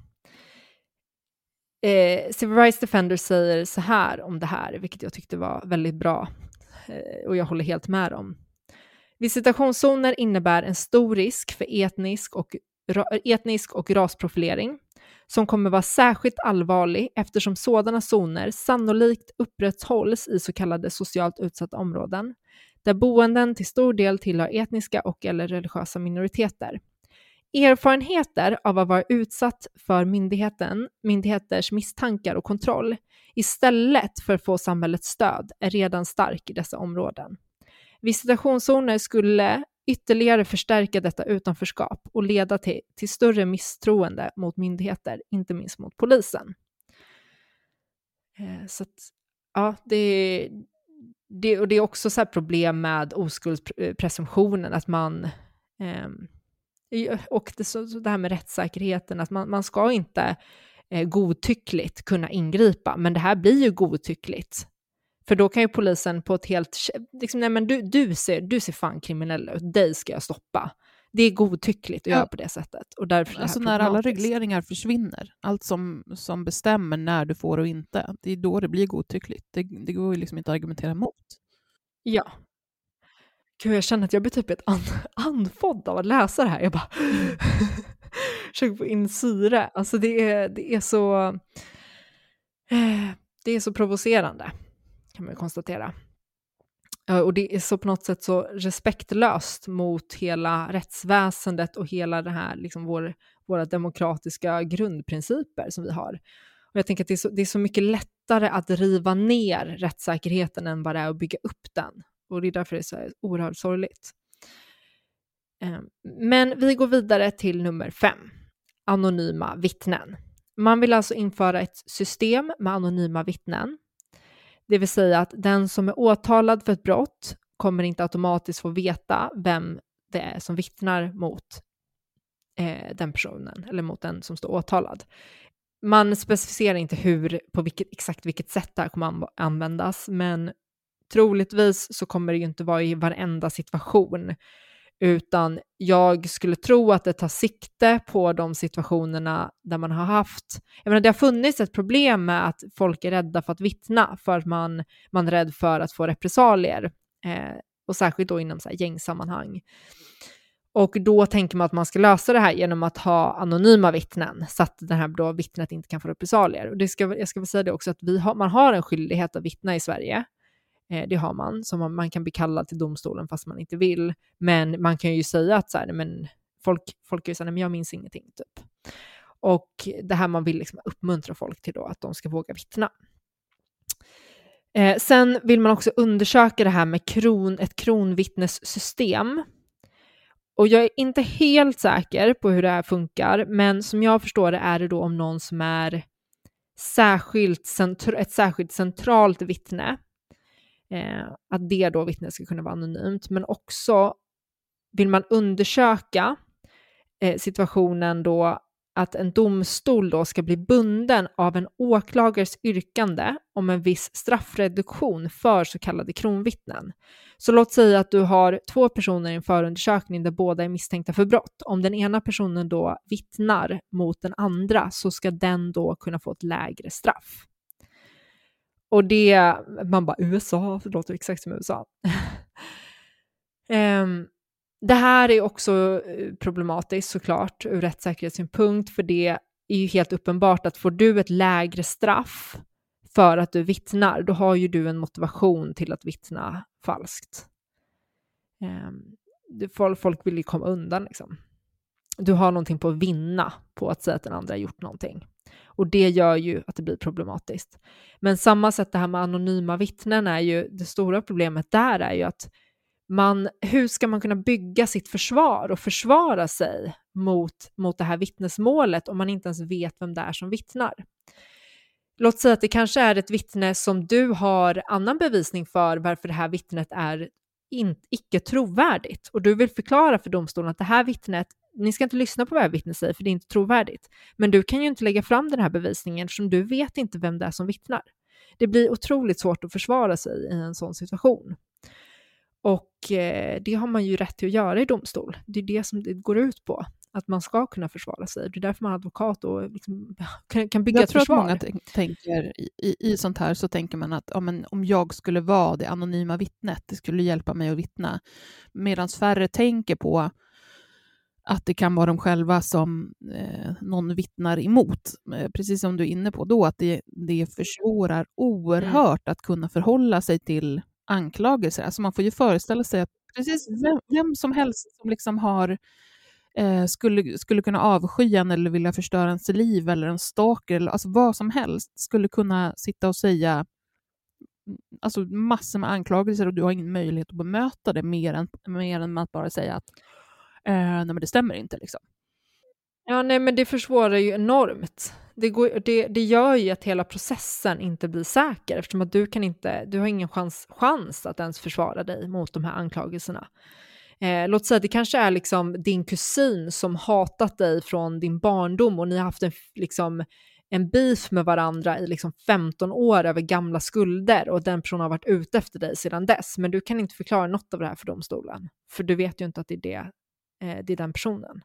Civil Rights Defenders säger så här om det här, vilket jag tyckte var väldigt bra. och jag håller helt med dem. Visitationszoner innebär en stor risk för etnisk och rasprofilering som kommer vara särskilt allvarlig eftersom sådana zoner sannolikt upprätthålls i så kallade socialt utsatta områden där boenden till stor del tillhör etniska och eller religiösa minoriteter. Erfarenheter av att vara utsatt för myndigheters misstankar och kontroll istället för att få samhällets stöd är redan stark i dessa områden. Visitationszoner skulle ytterligare förstärka detta utanförskap och leda till större misstroende mot myndigheter, inte minst mot polisen. Så att, ja, det är också så här problem med oskuldspresumtionen, att man och det här med rättssäkerheten, att man ska inte godtyckligt kunna ingripa, men det här blir ju godtyckligt. För då kan ju polisen på ett helt... Liksom, nej men du ser fan kriminell ut, dig ska jag stoppa. Det är godtyckligt att göra på det sättet. Och därför alltså när alla regleringar försvinner, allt som bestämmer när du får och inte, det är då det blir godtyckligt. Det går ju liksom inte att argumentera emot. Ja. Gud, jag känner att jag blir typ ett andfådd av att läsa det här. Jag bara... försöker få in syre. Alltså det är så... det är så provocerande, kan man konstatera. Och det är så på något sätt så respektlöst mot hela rättsväsendet och hela det här, liksom våra demokratiska grundprinciper som vi har. Och jag tänker att det är så mycket lättare att riva ner rättssäkerheten än vad det är att bygga upp den. Och det är därför det är så oerhört sorgligt. Men vi går vidare till nummer 5. Anonyma vittnen. Man vill alltså införa ett system med anonyma vittnen. Det vill säga att den som är åtalad för ett brott kommer inte automatiskt få veta vem det är som vittnar mot den personen eller mot den som står åtalad. Man specificerar inte exakt vilket sätt det här kommer att användas, men troligtvis så kommer det ju inte vara i varenda situation, utan jag skulle tro att det tar sikte på de situationerna där man har haft... Jag menar, det har funnits ett problem med att folk är rädda för att vittna för att man är rädd för att få repressalier. Och särskilt då inom så här gängsammanhang. Och då tänker man att man ska lösa det här genom att ha anonyma vittnen så att det här då vittnet inte kan få repressalier. Och jag ska väl säga det också att man har en skyldighet att vittna i Sverige. Det har man, som man kan bli kallad till domstolen fast man inte vill. Men man kan ju säga att så här, men folk kan ju säga, men jag minns ingenting typ. Och det här man vill liksom uppmuntra folk till då, att de ska våga vittna. Sen vill man också undersöka det här med ett kronvittnessystem. Och jag är inte helt säker på hur det här funkar, men som jag förstår det är det då om någon som är ett särskilt centralt vittne. Att det då vittnet ska kunna vara anonymt, men också vill man undersöka situationen då att en domstol då ska bli bunden av en åklagares yrkande om en viss straffreduktion för så kallade kronvittnen. Så låt säga att du har 2 personer i en förundersökning där båda är misstänkta för brott. Om den ena personen då vittnar mot den andra så ska den då kunna få ett lägre straff. Och man bara, USA, det låter exakt som USA. Det här är också problematiskt såklart ur rättssäkerhetssynpunkt, för det är ju helt uppenbart att får du ett lägre straff för att du vittnar, då har ju du en motivation till att vittna falskt. Folk vill ju komma undan liksom. Du har någonting på att vinna på att säga att den andra har gjort någonting. Och det gör ju att det blir problematiskt. Men samma sätt det här med anonyma vittnen är ju, det stora problemet där är ju att hur ska man kunna bygga sitt försvar och försvara sig mot det här vittnesmålet om man inte ens vet vem det är som vittnar? Låt säga att det kanske är ett vittne som du har annan bevisning för varför det här vittnet är icke trovärdigt. Och du vill förklara för domstolen att det här vittnet, ni ska inte lyssna på vad det här vittnet säger för det är inte trovärdigt. Men du kan ju inte lägga fram den här bevisningen eftersom du vet inte vem det är som vittnar. Det blir otroligt svårt att försvara sig i en sån situation. Och det har man ju rätt till att göra i domstol. Det är det som det går ut på. Att man ska kunna försvara sig. Det är därför man har advokat och liksom kan bygga ett försvar. Jag tror att många tänker i sånt här, så tänker man att om jag skulle vara det anonyma vittnet, det skulle hjälpa mig att vittna. Medan färre tänker på att det kan vara de själva som någon vittnar emot. Precis som du är inne på då, att det försvårar oerhört att kunna förhålla sig till anklagelser. Alltså man får ju föreställa sig att precis vem som helst som liksom har skulle kunna avsky en eller vilja förstöra ens liv eller en stalker eller alltså vad som helst skulle kunna sitta och säga alltså massor med anklagelser och du har ingen möjlighet att bemöta det mer än att bara säga att nej men det stämmer inte liksom. Ja, nej men det försvårar ju enormt. Det gör ju att hela processen inte blir säker eftersom att du har ingen chans att ens försvara dig mot de här anklagelserna. Låt säga att det kanske är liksom din kusin som hatat dig från din barndom och ni har haft en beef med varandra i liksom 15 år över gamla skulder och den personen har varit ute efter dig sedan dess. Men du kan inte förklara något av det här för domstolen. För du vet ju inte att det är den personen.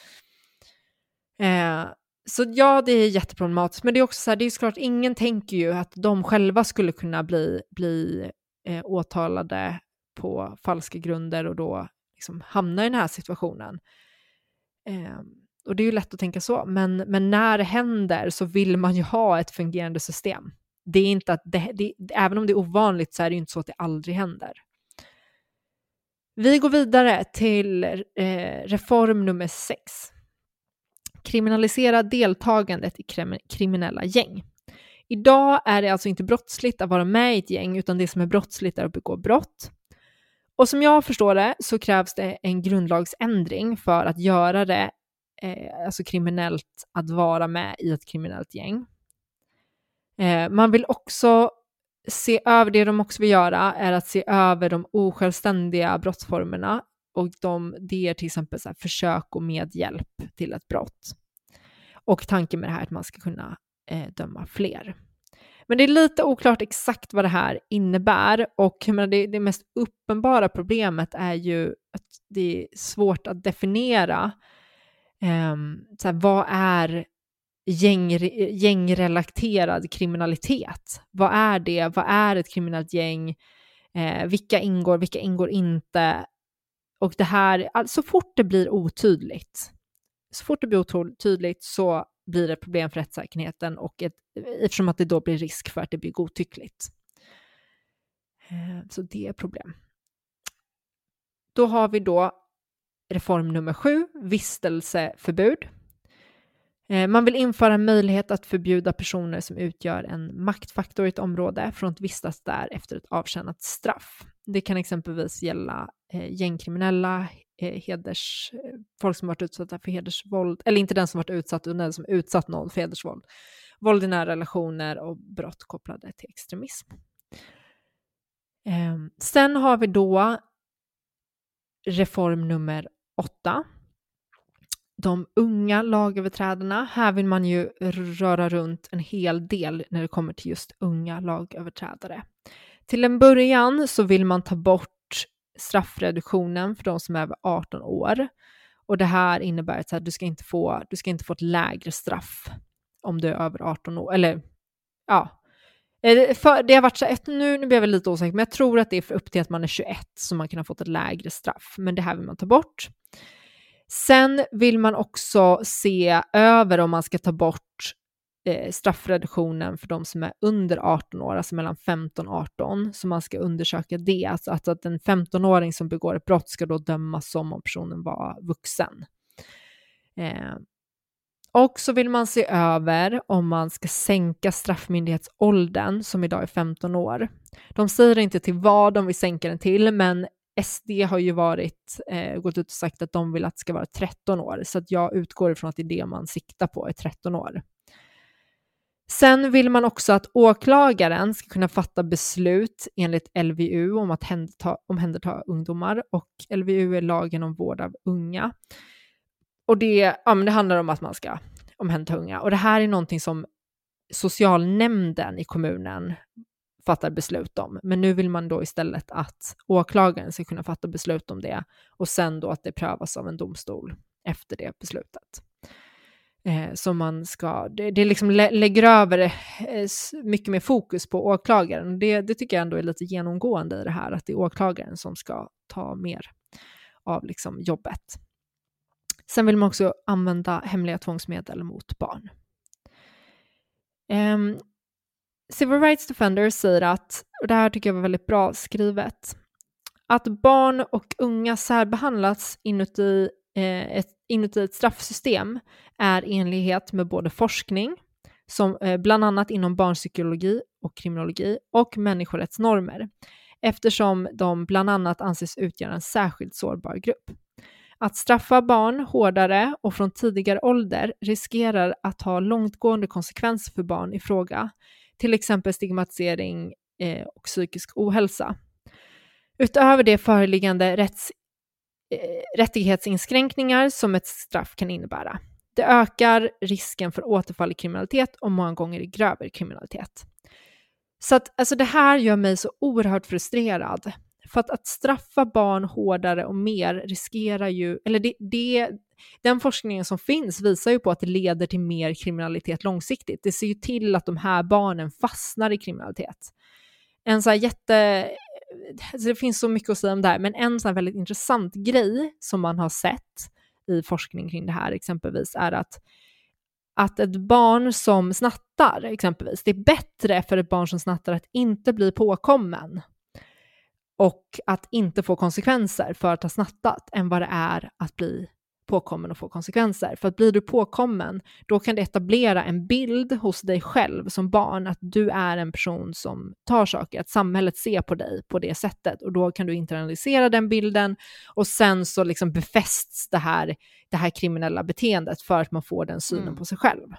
Så ja, det är jätteproblematiskt. Men det är också så här, det är såklart, ingen tänker ju att de själva skulle kunna bli åtalade på falska grunder och då liksom hamna i den här situationen. Och det är ju lätt att tänka så. Men när det händer så vill man ju ha ett fungerande system. Det är inte att även om det är ovanligt så är det ju inte så att det aldrig händer. Vi går vidare till reform nummer 6. Kriminalisera deltagandet i kriminella gäng. Idag är det alltså inte brottsligt att vara med i ett gäng utan det som är brottsligt är att begå brott. Och som jag förstår det så krävs det en grundlagsändring för att göra det alltså kriminellt att vara med i ett kriminellt gäng. Man vill också se över, det de också vill göra är att se över de osjälvständiga brottsformerna och det är till exempel så här försök och medhjälp till ett brott. Och tanken med det här är att man ska kunna döma fler. Men det är lite oklart exakt vad det här innebär och det mest uppenbara problemet är ju att det är svårt att definiera så här, vad är gängrelaterad kriminalitet? Vad är det? Vad är ett kriminellt gäng? Vilka ingår inte? Och det här, så fort det blir otydligt så blir det problem för rättssäkerheten och eftersom att det då blir risk för att det blir godtyckligt. Så det är problem. Då har vi då reform nummer 7, vistelseförbud. Man vill införa en möjlighet att förbjuda personer som utgör en maktfaktor i ett område från att vistas där efter ett avtjänat straff. Det kan exempelvis gälla gängkriminella, folk som varit utsatta för hedersvåld, eller inte den som varit utsatt utan den som utsatt någon för hedersvåld, våld i nära relationer och brott kopplade till extremism. Sen har vi då reform nummer 8. De unga lagöverträdarna. Här vill man ju röra runt en hel del när det kommer till just unga lagöverträdare. Till en början så vill man ta bort straffreduktionen för de som är över 18 år. Och det här innebär att du ska inte få ett lägre straff om du är över 18 år. Eller ja. Det har varit så att nu blir jag lite osäker, men jag tror att det är för upp till att man är 21 som man kan ha fått ett lägre straff. Men det här vill man ta bort. Sen vill man också se över om man ska ta bort straffreduktionen för de som är under 18 år, alltså mellan 15 och 18. Så man ska undersöka det, alltså att en 15-åring som begår ett brott ska då dömas som om personen var vuxen. Och så vill man se över om man ska sänka straffmyndighetsåldern som idag är 15 år. De säger inte till vad de vill sänka den till, men SD har ju gått ut och sagt att de vill att det ska vara 13 år. Så att jag utgår ifrån att det är det man siktar på, är 13 år. Sen vill man också att åklagaren ska kunna fatta beslut enligt LVU om att omhänderta ungdomar. Och LVU är lagen om vård av unga. Och det handlar om att man ska omhänderta unga. Och det här är någonting som socialnämnden i kommunen fattar beslut om. Men nu vill man då istället att åklagaren ska kunna fatta beslut om det. Och sen då att det prövas av en domstol efter det beslutet. Så man ska, det liksom lägger över mycket mer fokus på åklagaren. Det tycker jag ändå är lite genomgående i det här, att det är åklagaren som ska ta mer av liksom jobbet. Sen vill man också använda hemliga tvångsmedel mot barn. Civil Rights Defender säger att, och det här tycker jag var väldigt bra skrivet, att barn och unga särbehandlats inuti ett straffsystem är i enlighet med både forskning, som bland annat inom barnpsykologi och kriminologi, och människorättsnormer, eftersom de bland annat anses utgöra en särskilt sårbar grupp. Att straffa barn hårdare och från tidigare ålder riskerar att ha långtgående konsekvenser för barn i fråga, till exempel stigmatisering och psykisk ohälsa. Utöver det föreliggande rättighetsinskränkningar som ett straff kan innebära. Det ökar risken för återfall i kriminalitet och många gånger i grövre kriminalitet. Så att, alltså det här gör mig så oerhört frustrerad. För att straffa barn hårdare och mer riskerar ju, eller den forskningen som finns visar ju på att det leder till mer kriminalitet långsiktigt. Det ser ju till att de här barnen fastnar i kriminalitet. En så här det finns så mycket att säga om det här, men en sån här väldigt intressant grej som man har sett i forskning kring det här exempelvis är att ett barn som snattar exempelvis, det är bättre för ett barn som snattar att inte bli påkommen och att inte få konsekvenser för att ha snattat än vad det är att bli påkommen och få konsekvenser. För att blir du påkommen, då kan det etablera en bild hos dig själv som barn att du är en person som tar saker, att samhället ser på dig på det sättet, och då kan du internalisera den bilden och sen så liksom befästs det här kriminella beteendet för att man får den synen på sig själv.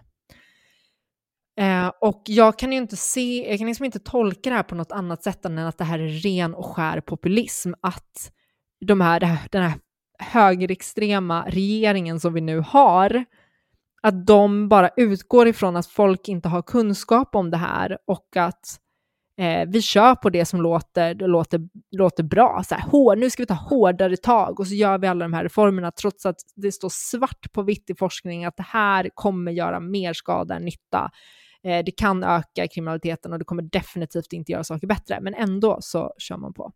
Och jag kan liksom inte tolka det här på något annat sätt än att det här är ren och skär populism, att den här högerextrema regeringen som vi nu har, att de bara utgår ifrån att folk inte har kunskap om det här och att vi kör på det som låter bra. Så här, nu ska vi ta hårdare tag och så gör vi alla de här reformerna trots att det står svart på vitt i forskning att det här kommer göra mer skada än nytta. Det kan öka kriminaliteten och det kommer definitivt inte göra saker bättre, men ändå så kör man på.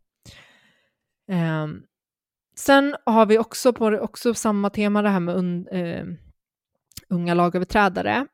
Sen har vi också samma tema, det här med unga lagöverträdare.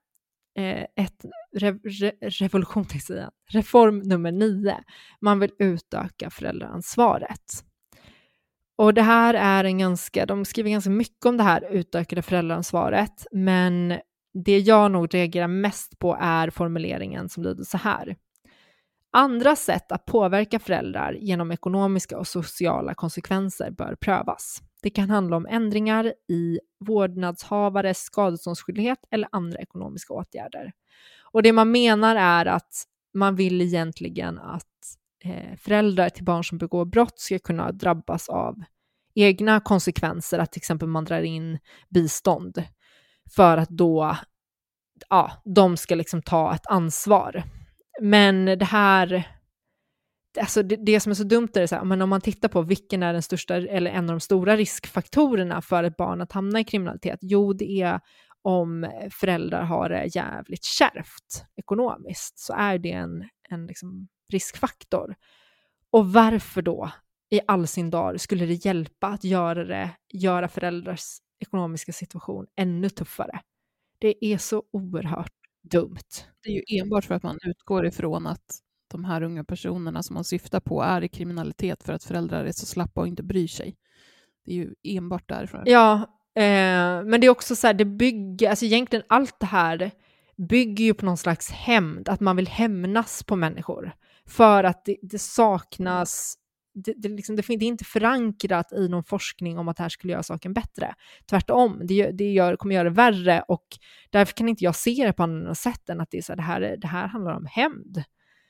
Reform nummer 9. Man vill utöka föräldraansvaret. Och det här är de skriver ganska mycket om det här utökade föräldraansvaret, men det jag nog reagerar mest på är formuleringen som lyder så här. Andra sätt att påverka föräldrar genom ekonomiska och sociala konsekvenser bör prövas. Det kan handla om ändringar i vårdnadshavares skadeståndsskyldighet eller andra ekonomiska åtgärder. Och det man menar är att man vill egentligen att föräldrar till barn som begår brott ska kunna drabbas av egna konsekvenser, att till exempel man drar in bistånd för att då de ska liksom ta ett ansvar. Men det här, alltså det som är så dumt är så här, men om man tittar på vilken är den största eller en av de stora riskfaktorerna för ett barn att hamna i kriminalitet, jo det är om föräldrar har det jävligt kärvt ekonomiskt, så är det en liksom riskfaktor. Och varför då i all sin dar skulle det hjälpa att göra föräldrars ekonomiska situation ännu tuffare? Det är så oerhört dumt. Det är ju enbart för att man utgår ifrån att de här unga personerna som man syftar på är i kriminalitet för att föräldrar är så slappa och inte bryr sig. Det är ju enbart därför. Ja, men det är också så här, det bygger, alltså egentligen allt det här bygger ju på någon slags hämnd, att man vill hämnas på människor för att det saknas, det är inte förankrat i någon forskning om att det här skulle göra saken bättre. Tvärtom, det kommer göra det värre, och därför kan inte jag se det på andra sätt än att det är så här, det här handlar om hämnd.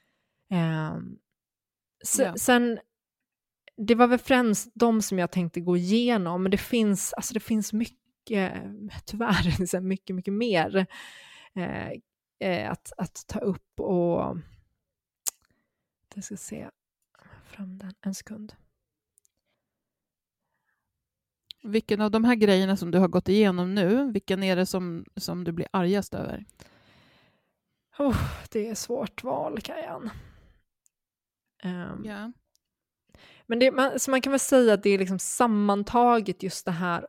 Sen, det var väl främst de som jag tänkte gå igenom, men det finns mycket, tyvärr mycket mer att ta upp, och jag ska se fram den en sekund. Vilken av de här grejerna som du har gått igenom nu, vilken är det som du blir argast över? Det är svårt val, Kajan. Ja. Men så man kan väl säga att det är liksom sammantaget just det här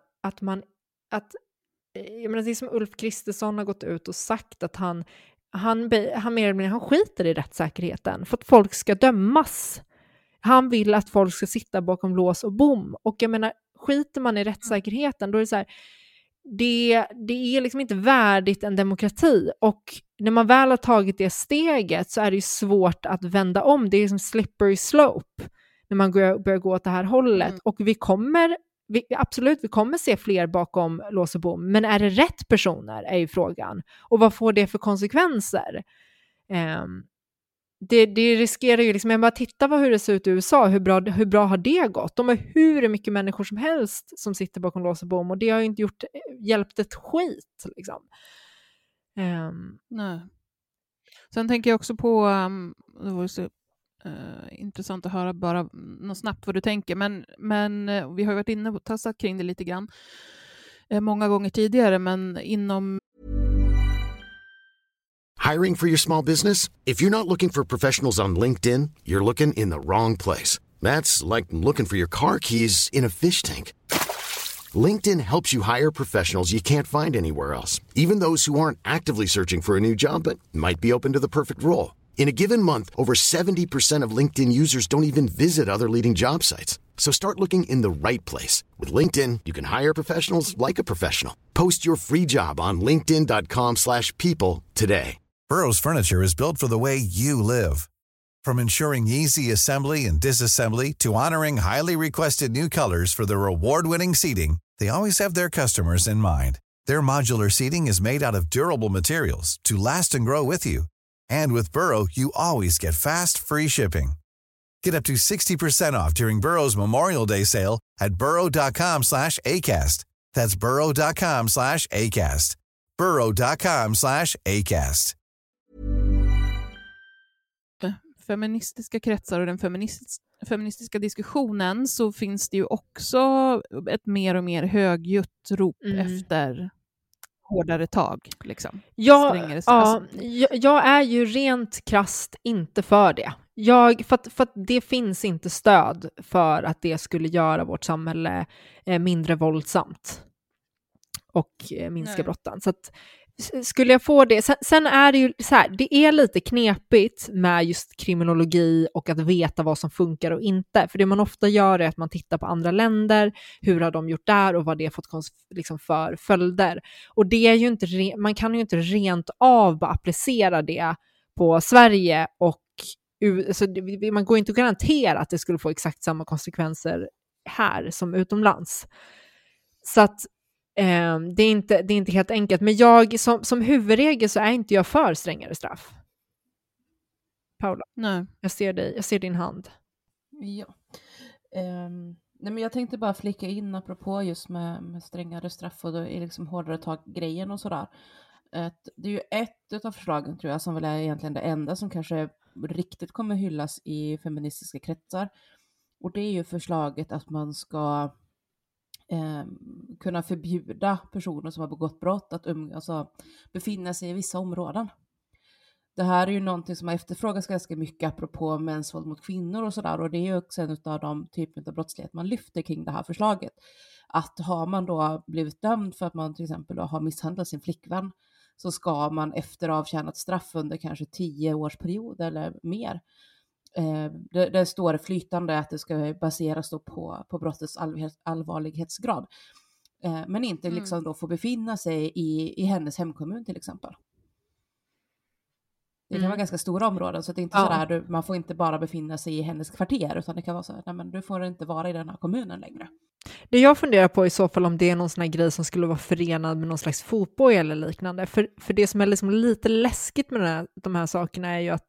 jag menar, det är som Ulf Kristersson har gått ut och sagt att han mer eller mindre, han skiter i rättssäkerheten för att folk ska dömas. Han vill att folk ska sitta bakom lås och bom. Och jag menar, skiter man i rättssäkerheten, då är det så här, det är liksom inte värdigt en demokrati. Och när man väl har tagit det steget så är det ju svårt att vända om. Det är som slippery slope när man börjar gå åt det här hållet. Och vi kommer se fler bakom lås och bom. Men är det rätt personer är ju frågan. Och vad får det för konsekvenser? Det riskerar ju liksom, jag bara titta på hur det ser ut i USA, hur bra har det gått? De har hur mycket människor som helst som sitter bakom lås och bom och det har ju inte hjälpt ett skit liksom. Nej. Sen tänker jag också på, det var så intressant att höra bara något snabbt vad du tänker, men vi har ju varit inne och tassat kring det lite grann många gånger tidigare, men inom Hiring for your small business? If you're not looking for professionals on LinkedIn, you're looking in the wrong place. That's like looking for your car keys in a fish tank. LinkedIn helps you hire professionals you can't find anywhere else, even those who aren't actively searching for a new job but might be open to the perfect role. In a given month, over 70% of LinkedIn users don't even visit other leading job sites. So start looking in the right place. With LinkedIn, you can hire professionals like a professional. Post your free job on linkedin.com/people today. Burrow's furniture is built for the way you live. From ensuring easy assembly and disassembly to honoring highly requested new colors for their award-winning seating, they always have their customers in mind. Their modular seating is made out of durable materials to last and grow with you. And with Burrow, you always get fast, free shipping. Get up to 60% off during Burrow's Memorial Day sale at burrow.com/ACAST. That's burrow.com/ACAST. burrow.com/ACAST. feministiska kretsar och den feministiska diskussionen så finns det ju också ett mer och mer högljutt rop efter hårdare tag. Liksom. Jag är ju rent krasst inte för det. För att det finns inte stöd för att det skulle göra vårt samhälle mindre våldsamt och minska brotten. Så att skulle jag få det, sen är det ju så här, det är lite knepigt med just kriminologi och att veta vad som funkar och inte, för det man ofta gör är att man tittar på andra länder, hur har de gjort där och vad det fått liksom för följder, och det är ju inte, man kan ju inte rent av bara applicera det på Sverige och alltså, man går inte att garantera att det skulle få exakt samma konsekvenser här som utomlands, så att det är inte helt enkelt. Men jag som huvudregel så är inte jag för strängare straff. Paula, nej. Jag ser din hand. Ja. Nej, men jag tänkte bara flika in apropå just med strängare straff och då är liksom hårdare tag-grejen och sådär. Det är ju ett av förslagen tror jag som väl är egentligen det enda som kanske riktigt kommer hyllas i feministiska kretsar. Och det är ju förslaget att man ska kunna förbjuda personer som har begått brott att befinna sig i vissa områden. Det här är ju någonting som har efterfrågats ganska mycket apropå mäns våld mot kvinnor och sådär, och det är ju också en av de typer av brottslighet man lyfter kring det här förslaget. Att har man då blivit dömd för att man till exempel då har misshandlat sin flickvän, så ska man efter avtjänat straff under kanske 10 års period eller mer, det står flytande att det ska baseras då på brottets allvarlighetsgrad, men inte liksom då få befinna sig i hennes hemkommun till exempel. Det kan vara ganska stora områden, så det är inte sådär, man får inte bara befinna sig i hennes kvarter, utan det kan vara så här, nej, men du får inte vara i den här kommunen längre. Det jag funderar på i så fall om det är någon sån här grej som skulle vara förenad med någon slags fotboll eller liknande, för det som är liksom lite läskigt med de här sakerna är ju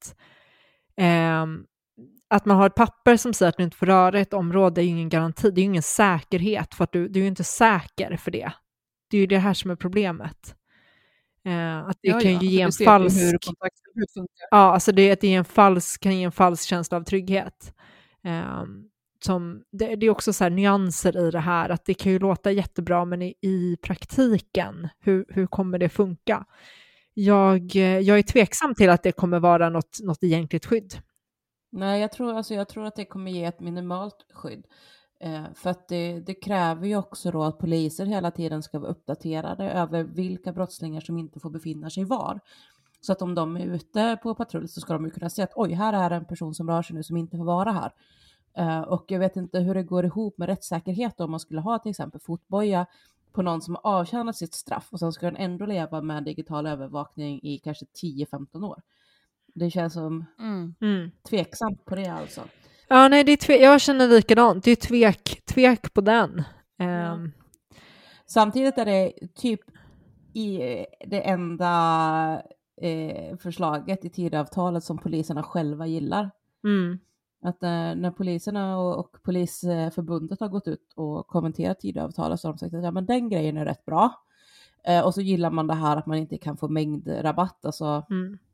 att man har ett papper som säger att du inte får röra ett område är ju ingen garanti, det är ju ingen säkerhet, för att du är ju inte säker för det. Det är ju det här som är problemet. Att det kan ju ge en falsk... Ja, alltså det kan ge en falsk känsla av trygghet. som det är också så här nyanser i det här, att det kan ju låta jättebra, men i praktiken, hur kommer det funka? Jag är tveksam till att det kommer vara något egentligt skydd. Nej, jag tror att det kommer ge ett minimalt skydd. För att det kräver ju också då att poliser hela tiden ska vara uppdaterade över vilka brottslingar som inte får befinna sig var. Så att om de är ute på patrull så ska de ju kunna se att oj, här är en person som rör sig nu som inte får vara här. Och jag vet inte hur det går ihop med rättssäkerhet om man skulle ha till exempel fotboja på någon som har avtjänat sitt straff och sen ska den ändå leva med digital övervakning i kanske 10-15 år. Det känns som tveksamt på det alltså. Ja, nej, jag känner likadant. Det är tvek på den. Samtidigt är det typ i det enda förslaget i Tidöavtalet som poliserna själva gillar. Att när poliserna och Polisförbundet har gått ut och kommenterat Tidöavtalet så har de sagt att ja, men den grejen är rätt bra. Och så gillar man det här att man inte kan få mängdrabatt. Alltså,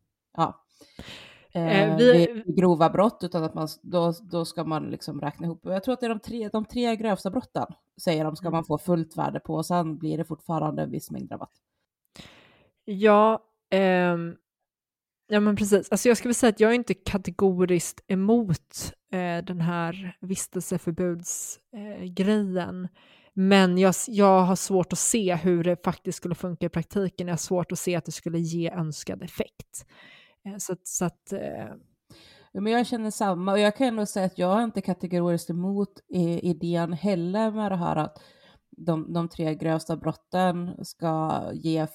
vid grova brott, utan att man då ska man liksom räkna ihop. Jag tror att det är de tre grövsta brotten, säger de, ska man få fullt värde på, och sen blir det fortfarande en viss mängdrabatt. Ja, men precis. Alltså jag ska väl säga att jag är inte kategoriskt emot den här vistelseförbudsgrejen. Men jag har svårt att se hur det faktiskt skulle funka i praktiken. Jag har svårt att se att det skulle ge önskad effekt. Ja, men jag känner samma, och jag kan nog säga att jag är inte kategoriskt emot idén heller med det här att de tre grövsta brotten ska ge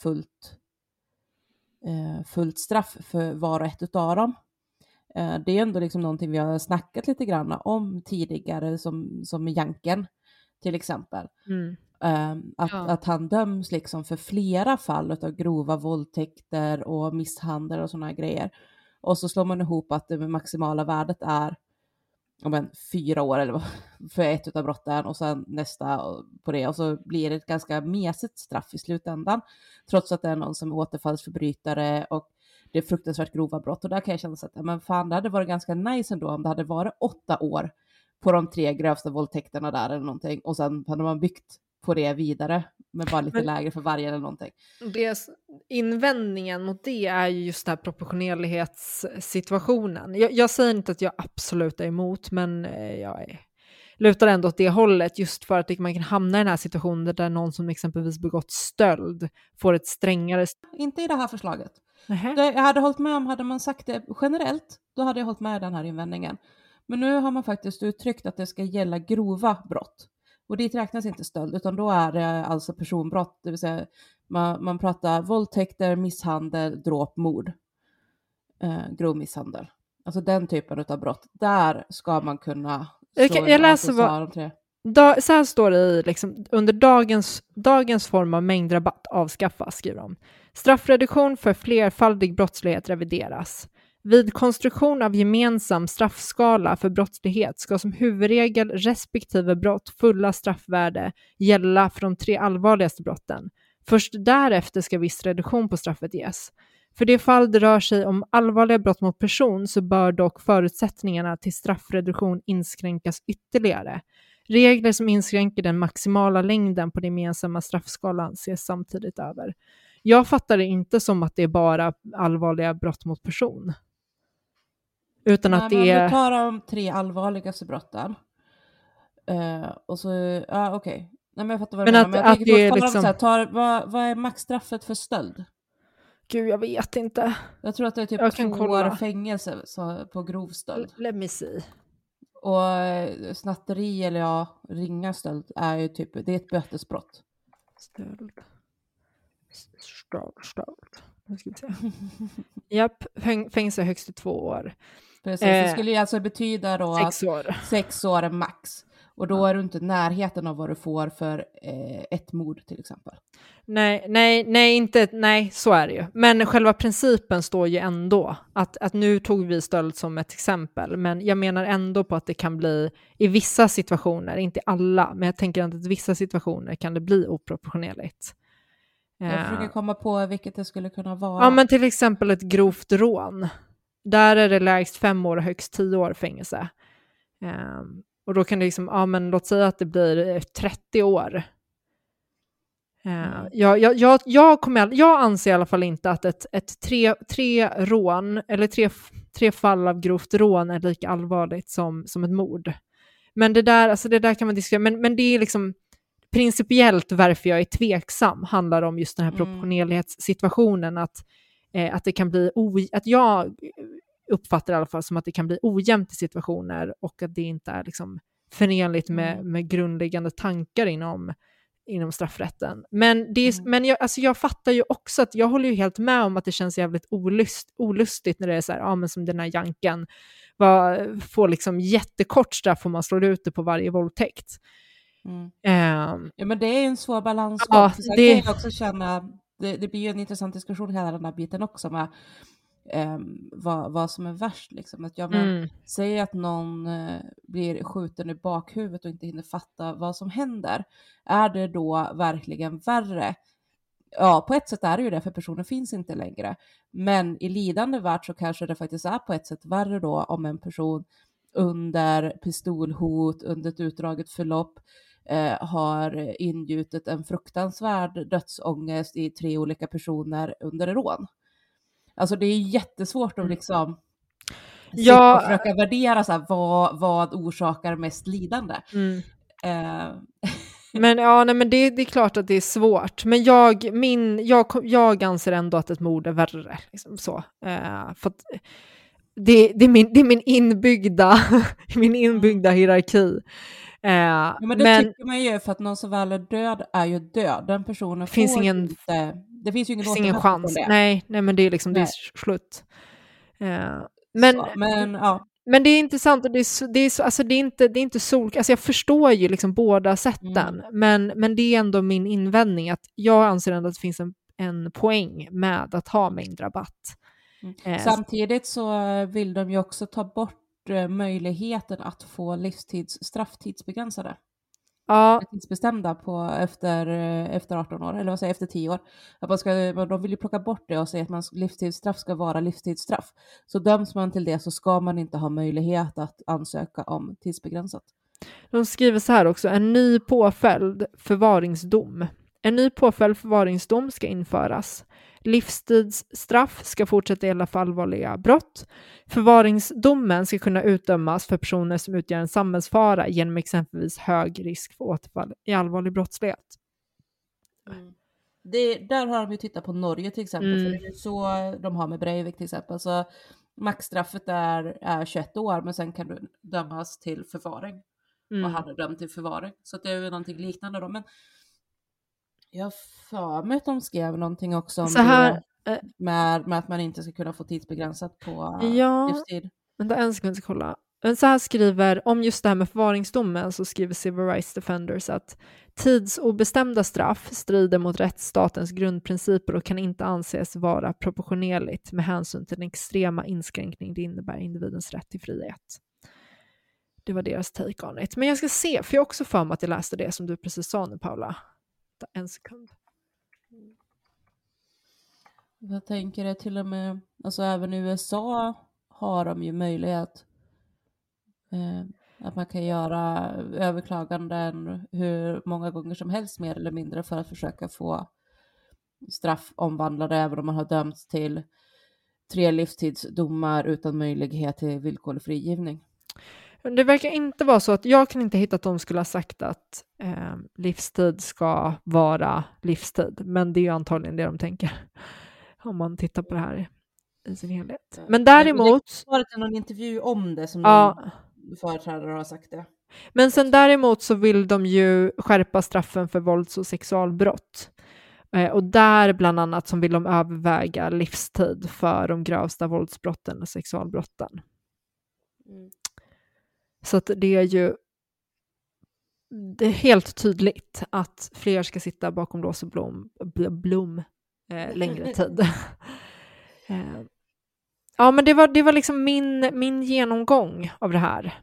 fullt straff för var och ett utav dem. Det är ändå liksom någonting vi har snackat lite grann om tidigare, som med Janken till exempel. Att han döms liksom för flera fall av grova våldtäkter och misshandel och sådana grejer. Och så slår man ihop att det maximala värdet är 4 år eller för ett av brotten, och sen nästa på det, och så blir det ett ganska mesigt straff i slutändan, trots att det är någon som är återfallsförbrytare och det är fruktansvärt grova brott. Och där kan jag känna att det hade varit ganska nice ändå om det hade varit 8 år på de 3 grövsta våldtäkterna där eller någonting, och sen hade man byggt på det vidare med bara lite lägre för varje eller någonting. Invändningen mot det är ju just den här proportionerlighetssituationen. Jag säger inte att jag absolut är emot, men jag lutar ändå åt det hållet, just för att man kan hamna i den här situationen där någon som exempelvis begått stöld får ett strängare... Inte i det här förslaget. Jag hade hållit med om, hade man sagt det generellt, då hade jag hållit med den här invändningen. Men nu har man faktiskt uttryckt att det ska gälla grova brott. Och dit räknas inte stöld, utan då är det alltså personbrott. Det vill säga man pratar våldtäkter, misshandel, dråp, mord. Grov misshandel. Alltså den typen av brott. Där ska man kunna... Jag läser så här står det i, liksom, under dagens form av mängdrabatt avskaffas, skriver de. Straffreduktion för flerfaldig brottslighet revideras. Vid konstruktion av gemensam straffskala för brottslighet ska som huvudregel respektive brott fulla straffvärde gälla för de 3 allvarligaste brotten. Först därefter ska viss reduktion på straffet ges. För det fall det rör sig om allvarliga brott mot person så bör dock förutsättningarna till straffreduktion inskränkas ytterligare. Regler som inskränker den maximala längden på den gemensamma straffskalan ses samtidigt över. Jag fattar det inte som att det är bara allvarliga brott mot person. Utan att det är... Vi tar de 3 allvarligaste brotten. Och så... Ja, okej. Nej, men jag fattar vad du menar. Men jag tänker fortfarande liksom... vad är maxstraffet för stöld? Gud, jag vet inte. Jag tror att det är typ 2 år fängelse på grov stöld. Let me see. Och snatteri eller ringa stöld är ju typ... Det är ett bötesbrott. Stöld. Nu ska vi se. Japp, fängelse högst i 2 år. Precis, det skulle ju alltså betyda då 6 år. 6 år är max. Och då är du inte närheten av vad du får för ett mord till exempel. Nej, så är det ju. Men själva principen står ju ändå. Att nu tog vi stöld som ett exempel. Men jag menar ändå på att det kan bli i vissa situationer, inte alla. Men jag tänker att i vissa situationer kan det bli oproportionerligt. Jag försöker komma på vilket det skulle kunna vara. Ja, men till exempel ett grovt rån. Där är det lägst 5 år och högst 10 år fängelse. Och då kan det liksom, men låt säga att det blir 30 år. Jag anser i alla fall inte att ett tre rån eller tre fall av grovt rån är lika allvarligt som ett mord. Men det där kan man diskutera. Men det är liksom principiellt varför jag är tveksam handlar om just den här proportionerlighetssituationen, att det kan bli att jag uppfattar i alla fall som att det kan bli ojämnt i situationer och att det inte är liksom förenligt med grundläggande tankar inom straffrätten. Men jag fattar ju också att jag håller ju helt med om att det känns jävligt olustigt när det är så här, men som den här janken får liksom jättekort straff om man slår ut det på varje våldtäkt. Ja, men det är ju en svår balans. Ja, kan jag också känna, det blir ju en intressant diskussion hela den här biten också med vad som är värst liksom. Att säger att någon blir skjuten i bakhuvudet och inte hinner fatta vad som händer, är det då verkligen värre? Ja, på ett sätt är det ju det, för personen finns inte längre, men i lidande värld så kanske det faktiskt är på ett sätt värre då om en person under pistolhot, under ett utdraget förlopp har ingjutit en fruktansvärd dödsångest i 3 olika personer under en rån. Alltså det är jättesvårt att liksom försöka värdera så här, vad orsakar mest lidande. Men det är klart att det är svårt. Men jag anser ändå att ett mord är värre. Liksom så. För att det är min inbyggda hierarki. Men det tycker man ju, för att någon som väl är död är ju död. Den personen finns får ingen, inte, det finns ju ingen chans. Nej, men det är liksom det är slut. Men det är intressant, och det är inte sol. Alltså jag förstår ju liksom båda sätten, men det är ändå min invändning att jag anser ändå att det finns en poäng med att ha mängdrabatt. Samtidigt så vill de ju också ta bort möjligheten att få livstidsstraff tidsbegränsade. Ja. Tidsbestämda efter 18 år, eller vad säger efter 10 år. Att de vill ju plocka bort det och säga att livstidsstraff ska vara livstidsstraff. Så döms man till det så ska man inte ha möjlighet att ansöka om tidsbegränsat. De skriver så här också: en ny påföljd, förvaringsdom. En ny påföljd, förvaringsdom, ska införas. Livstidsstraff ska fortsätta gälla för allvarliga brott. Förvaringsdomen ska kunna utdömas för personer som utgör en samhällsfara genom exempelvis hög risk för återfall i allvarlig brottslighet. Där har de ju tittat på Norge till exempel, för det är så de har med Breivik till exempel. Så maxstraffet är 21 år, men sen kan du dömas till förvaring. Och han är dömd till förvaring. Så det är ju någonting liknande då, men jag för mig att de skrev någonting också om så här, med att man inte ska kunna få tidsbegränsat på livstid. Vänta en sekund, ska kolla. Så här skriver, om just det här med förvaringsdomen, så skriver Civil Rights Defenders att tidsobestämda straff strider mot rättsstatens grundprinciper och kan inte anses vara proportionerligt med hänsyn till den extrema inskränkning det innebär individens rätt till frihet. Det var deras take on it. Men jag ska se, för jag också för mig att jag läste det som du precis sa nu, Paula. En sekund. Jag tänker det till och med, alltså även i USA har de ju möjlighet att man kan göra överklaganden hur många gånger som helst mer eller mindre för att försöka få straff omvandlade, även om man har dömts till 3 livstidsdomar utan möjlighet till villkorlig frigivning. Det verkar inte vara så att jag kan inte hitta att de skulle ha sagt att livstid ska vara livstid. Men det är ju antagligen det de tänker om man tittar på det här i sin helhet. Men däremot... Det har varit någon intervju om det som företrädare har sagt det. Men sen däremot så vill de ju skärpa straffen för vålds- och sexualbrott. Och där bland annat som vill de överväga livstid för de grövsta våldsbrotten och sexualbrotten. Så att det är helt tydligt att fler ska sitta bakom lås och blom längre tid. Ja, men det var liksom min genomgång av det här.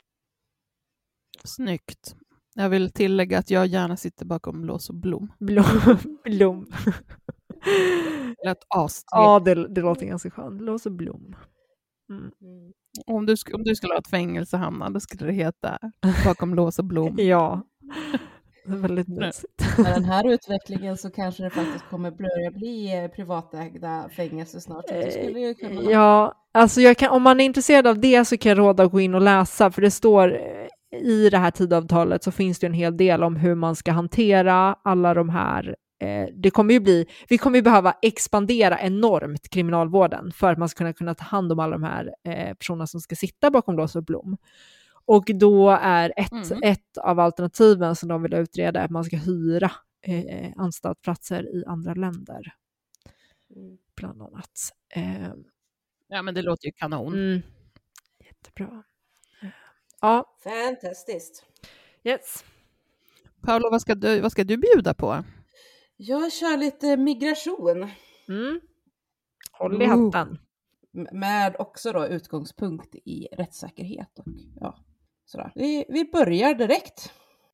Snyggt. Jag vill tillägga att jag gärna sitter bakom lås och blom. Blom. Lät Ja, det låter ganska skönt. Lås och blom. Om du skulle ha ett fängelse, Hanna, då skulle det heta Bakom lås och blom. Ja, det är väldigt mysigt. Med den här utvecklingen så kanske det faktiskt kommer börja bli privatägda fängelser snart. Det skulle ju kunna... Ja, alltså om man är intresserad av det så kan jag råda att gå in och läsa, för det står i det här tidavtalet så finns det en hel del om hur man ska hantera alla de här. Vi kommer ju behöva expandera enormt kriminalvården för att man ska kunna ta hand om alla de här personerna som ska sitta bakom lås och blom. Och då är ett av alternativen som de vill utreda att man ska hyra anstaltsplatser i andra länder. Bland annat. Ja, men det låter ju kanon. Jättebra. Ja. Fantastiskt. Yes. Paolo, vad ska du bjuda på? Jag kör lite migration. Håll i hatten. Med också då utgångspunkt i rättssäkerhet. Och, ja, sådär. Vi börjar direkt.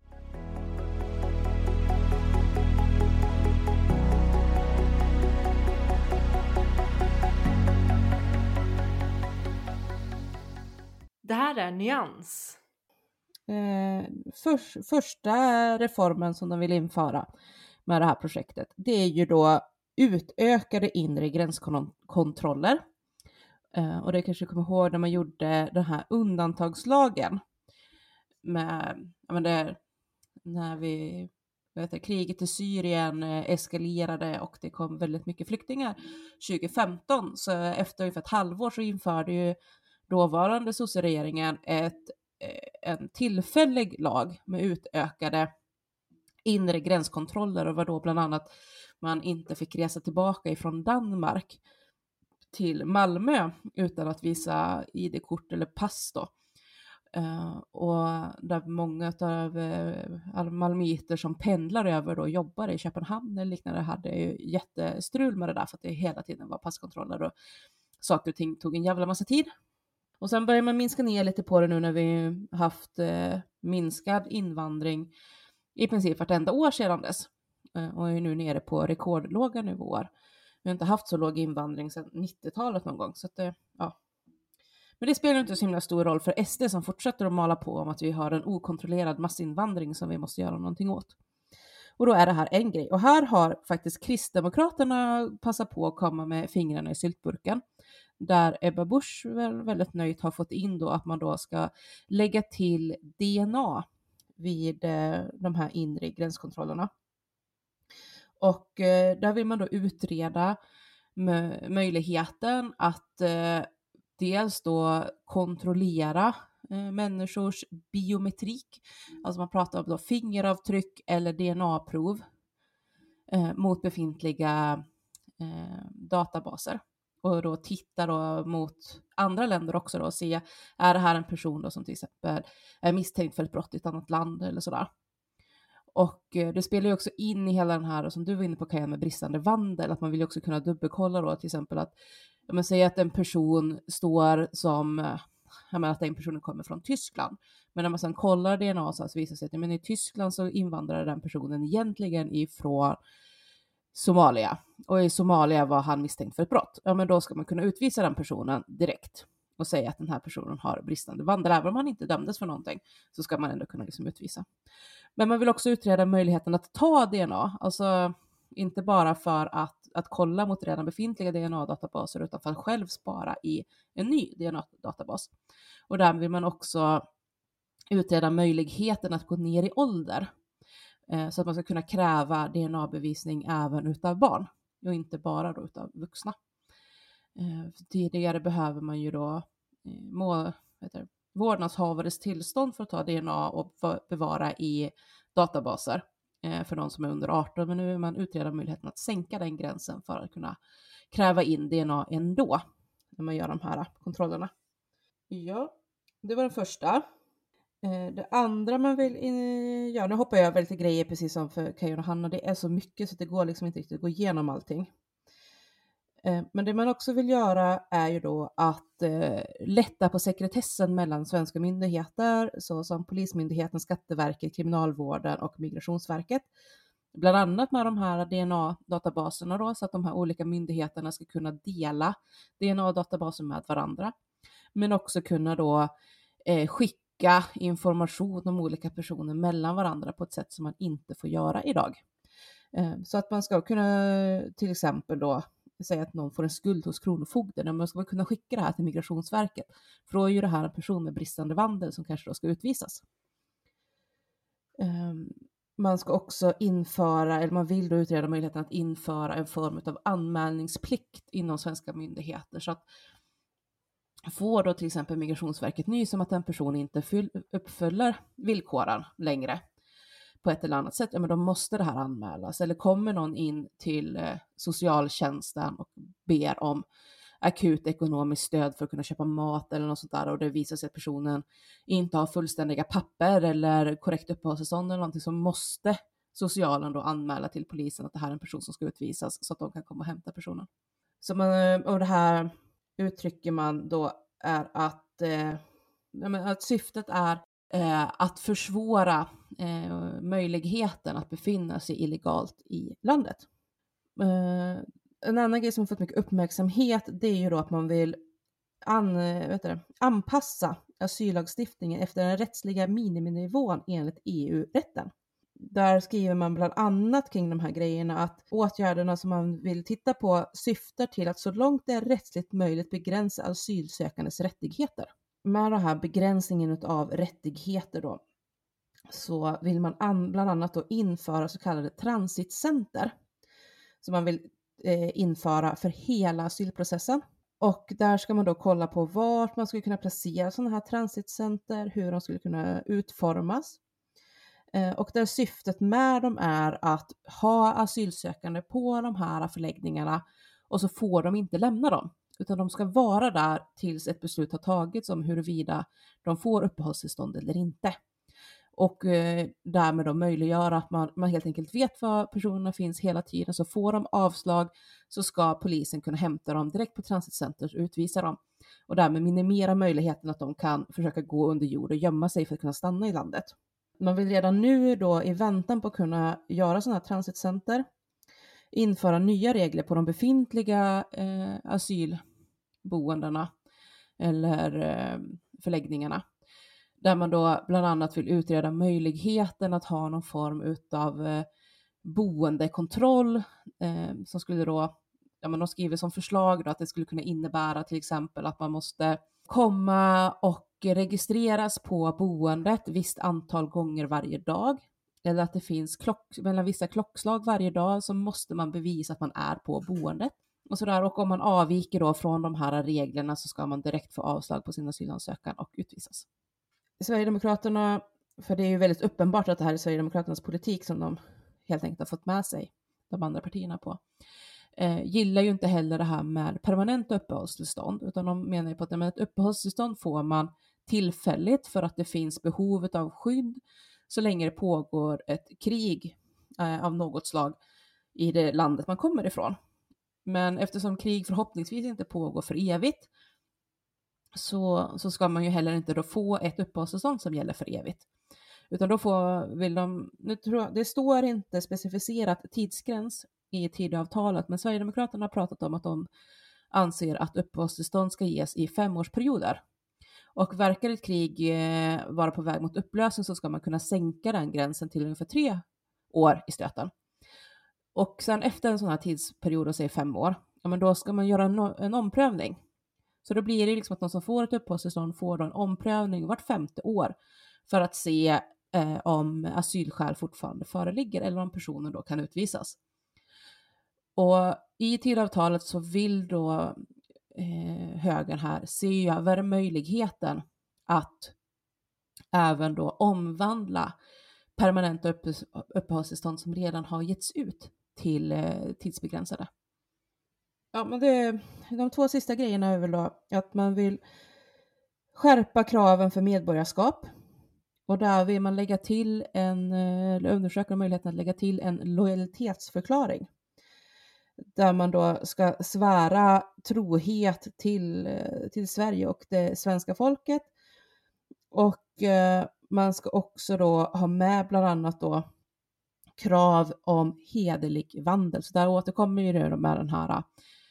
Det här är Nyans. Första reformen som de vill införa med det här projektet, det är ju då utökade inre gränskontroller. Och det kanske kommer ihåg när man gjorde den här undantagslagen med, när kriget i Syrien eskalerade och det kom väldigt mycket flyktingar 2015. Så efter ungefär ett halvår så införde ju dåvarande socialregeringen en tillfällig lag med utökade inre gränskontroller, och var då bland annat man inte fick resa tillbaka ifrån Danmark till Malmö utan att visa ID-kort eller pass då. Och där många av malmöiter som pendlar över och jobbar i Köpenhamn eller liknande hade ju jättestrul med det där, för att det hela tiden var passkontroller och saker och ting tog en jävla massa tid. Och sen börjar man minska ner lite på det nu när vi haft minskad invandring i princip vartenda år sedan dess. Och är nu nere på rekordlåga nivåer. Vi har inte haft så låg invandring sedan 90-talet någon gång. Så att ja. Men det spelar inte så himla stor roll för SD som fortsätter att mala på om att vi har en okontrollerad massinvandring som vi måste göra någonting åt. Och då är det här en grej. Och här har faktiskt Kristdemokraterna passat på att komma med fingrarna i syltburken. Där Ebba Busch väldigt nöjt har fått in då att man då ska lägga till DNA vid de här inre gränskontrollerna. Och där vill man då utreda möjligheten att dels då kontrollera människors biometrik. Alltså man pratar om då fingeravtryck eller DNA-prov mot befintliga databaser. Och då titta då mot andra länder också då och se, är det här en person då som till exempel är misstänkt för ett brott i ett annat land eller sådär. Och det spelar ju också in i hela den här, och som du var inne på Kajan, med bristande vandel, att man vill ju också kunna dubbelkolla då till exempel att, man säger att en person står som, att den personen kommer från Tyskland, men när man sedan kollar DNA så visar det sig att men i Tyskland så invandrade den personen egentligen ifrån Somalia, och i Somalia var han misstänkt för ett brott. Ja, men då ska man kunna utvisa den personen direkt och säga att den här personen har bristande vandel. Även om han inte dömdes för någonting så ska man ändå kunna utvisa. Men man vill också utreda möjligheten att ta DNA, alltså inte bara för att kolla mot redan befintliga DNA-databaser utan för att själv spara i en ny DNA-databas. Och där vill man också utreda möjligheten att gå ner i ålder. Så att man ska kunna kräva DNA-bevisning även utav barn och inte bara då utav vuxna. Tidigare behöver man ju då vårdnadshavares tillstånd för att ta DNA och bevara i databaser för de som är under 18. Men nu vill man utreda möjligheten att sänka den gränsen för att kunna kräva in DNA ändå när man gör de här kontrollerna. Ja, det var den första. Det andra man vill göra, nu hoppar jag över lite grejer precis som för Kajan och Hanna, det är så mycket så det går liksom inte riktigt att gå igenom allting. Men det man också vill göra är ju då att lätta på sekretessen mellan svenska myndigheter såsom Polismyndigheten, Skatteverket, Kriminalvården och Migrationsverket. Bland annat med de här DNA-databaserna då, så att de här olika myndigheterna ska kunna dela DNA-databaser med varandra. Men också kunna då skicka information om olika personer mellan varandra på ett sätt som man inte får göra idag. Så att man ska kunna till exempel då säga att någon får en skuld hos Kronofogden, men man ska kunna skicka det här till Migrationsverket. För då är ju det här en person med bristande vandel som kanske då ska utvisas. Man ska också införa, eller man vill då utreda möjligheten att införa en form av anmälningsplikt inom svenska myndigheter. Så att får då till exempel Migrationsverket nys om att en person inte uppfyller villkoren längre på ett eller annat sätt, ja men då måste det här anmälas. Eller kommer någon in till socialtjänsten och ber om akut ekonomiskt stöd för att kunna köpa mat eller något sånt där, och det visar sig att personen inte har fullständiga papper eller korrekt uppehållstillstånd eller någonting, så måste socialen då anmäla till polisen att det här är en person som ska utvisas så att de kan komma och hämta personen. Så och det här uttrycker man då är att syftet är att försvåra möjligheten att befinna sig illegalt i landet. En annan grej som har fått mycket uppmärksamhet, det är ju då att man vill anpassa asyllagstiftningen efter den rättsliga miniminivån enligt EU-rätten. Där skriver man bland annat kring de här grejerna att åtgärderna som man vill titta på syftar till att så långt det är rättsligt möjligt begränsa asylsökandes rättigheter. Med den här begränsningen av rättigheter då, så vill man bland annat då införa så kallade transitcenter som man vill införa för hela asylprocessen. Och där ska man då kolla på vart man skulle kunna placera sådana här transitcenter, hur de skulle kunna utformas. Och där syftet med dem är att ha asylsökande på de här förläggningarna och så får de inte lämna dem. Utan de ska vara där tills ett beslut har tagits om huruvida de får uppehållstillstånd eller inte. Och därmed då möjliggöra att man helt enkelt vet var personerna finns hela tiden. Så får de avslag så ska polisen kunna hämta dem direkt på transitcenter och utvisa dem. Och därmed minimera möjligheten att de kan försöka gå under jord och gömma sig för att kunna stanna i landet. Man vill redan nu då i väntan på att kunna göra sådana här transitcenter införa nya regler på de befintliga asylboendena eller förläggningarna. Där man då bland annat vill utreda möjligheten att ha någon form av boendekontroll som skulle då, de skriver som förslag då att det skulle kunna innebära till exempel att man måste komma och registreras på boendet visst antal gånger varje dag. Eller att det finns mellan vissa klockslag varje dag så måste man bevisa att man är på boendet. Och sådär, och om man avviker då från de här reglerna så ska man direkt få avslag på sin asylansökan och utvisas. Sverigedemokraterna, för det är ju väldigt uppenbart att det här är Sverigedemokraternas politik som de helt enkelt har fått med sig de andra partierna på, gillar ju inte heller det här med permanenta uppehållstillstånd, utan de menar ju på att ett uppehållstillstånd får man tillfälligt för att det finns behov av skydd så länge det pågår ett krig av något slag i det landet man kommer ifrån. Men eftersom krig förhoppningsvis inte pågår för evigt så ska man ju heller inte då få ett uppehållstillstånd som gäller för evigt. Utan då vill de, det står inte specificerat tidsgräns i Tidöavtalet, men Sverigedemokraterna har pratat om att de anser att uppehållstillstånd ska ges i 5-årsperioder. Och verkar ett krig vara på väg mot upplösning så ska man kunna sänka den gränsen till ungefär 3 år i stöten. Och sen efter en sån här tidsperiod, och säg 5 år, ja, men då ska man göra en omprövning. Så då blir det liksom att någon som får ett uppehållstillstånd får då en omprövning vart 5:e år för att se om asylskäl fortfarande föreligger eller om personen då kan utvisas. Och i Tidöavtalet så vill då högern här se över möjligheten att även då omvandla permanenta uppehållstillstånd som redan har getts ut till tidsbegränsade. Ja, men de 2 sista grejerna är väl då att man vill skärpa kraven för medborgarskap. Och där vill man lägga till undersöka möjligheten att lägga till en lojalitetsförklaring. Där man då ska svära trohet till Sverige och det svenska folket. Och man ska också då ha med bland annat då krav om hederlig vandel. Så där återkommer ju det med den här